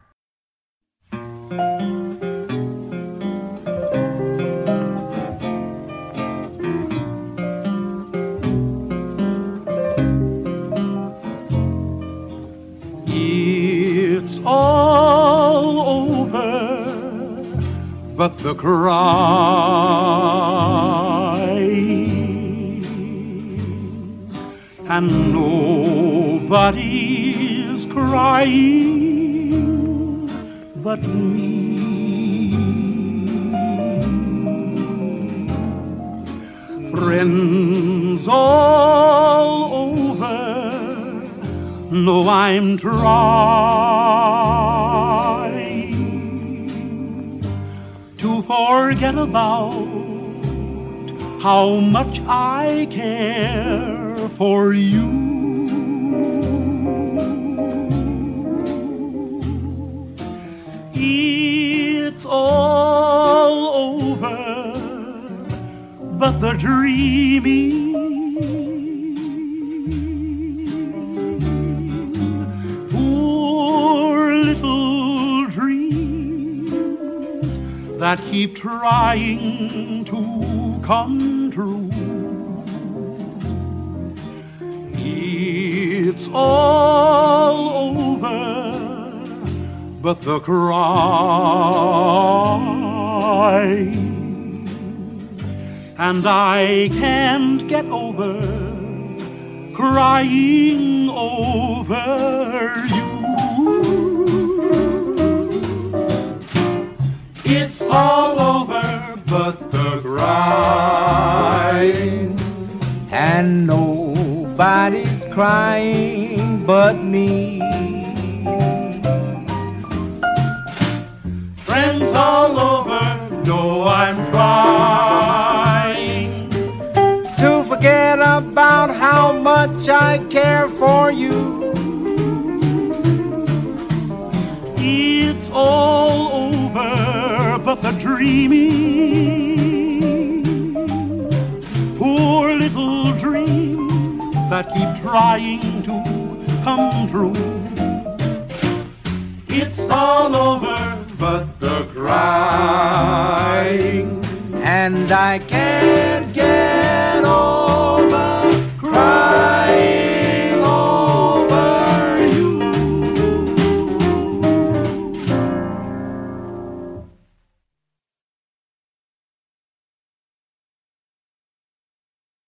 It's all over, but the crying, and nobody's crying but me. Friends all over know I'm trying to forget about how much I care for you. It's all over, but the dreaming, poor little dreams that keep trying to come true. It's all over, but the crying, and I can't get over crying over you. It's all over, but the crying, and nobody's crying but me. Friends all over know I'm trying To forget about how much I care for you. it's all over, but the dreaming, poor little dreams that keep trying to come true. It's all over, but the crying, And I can't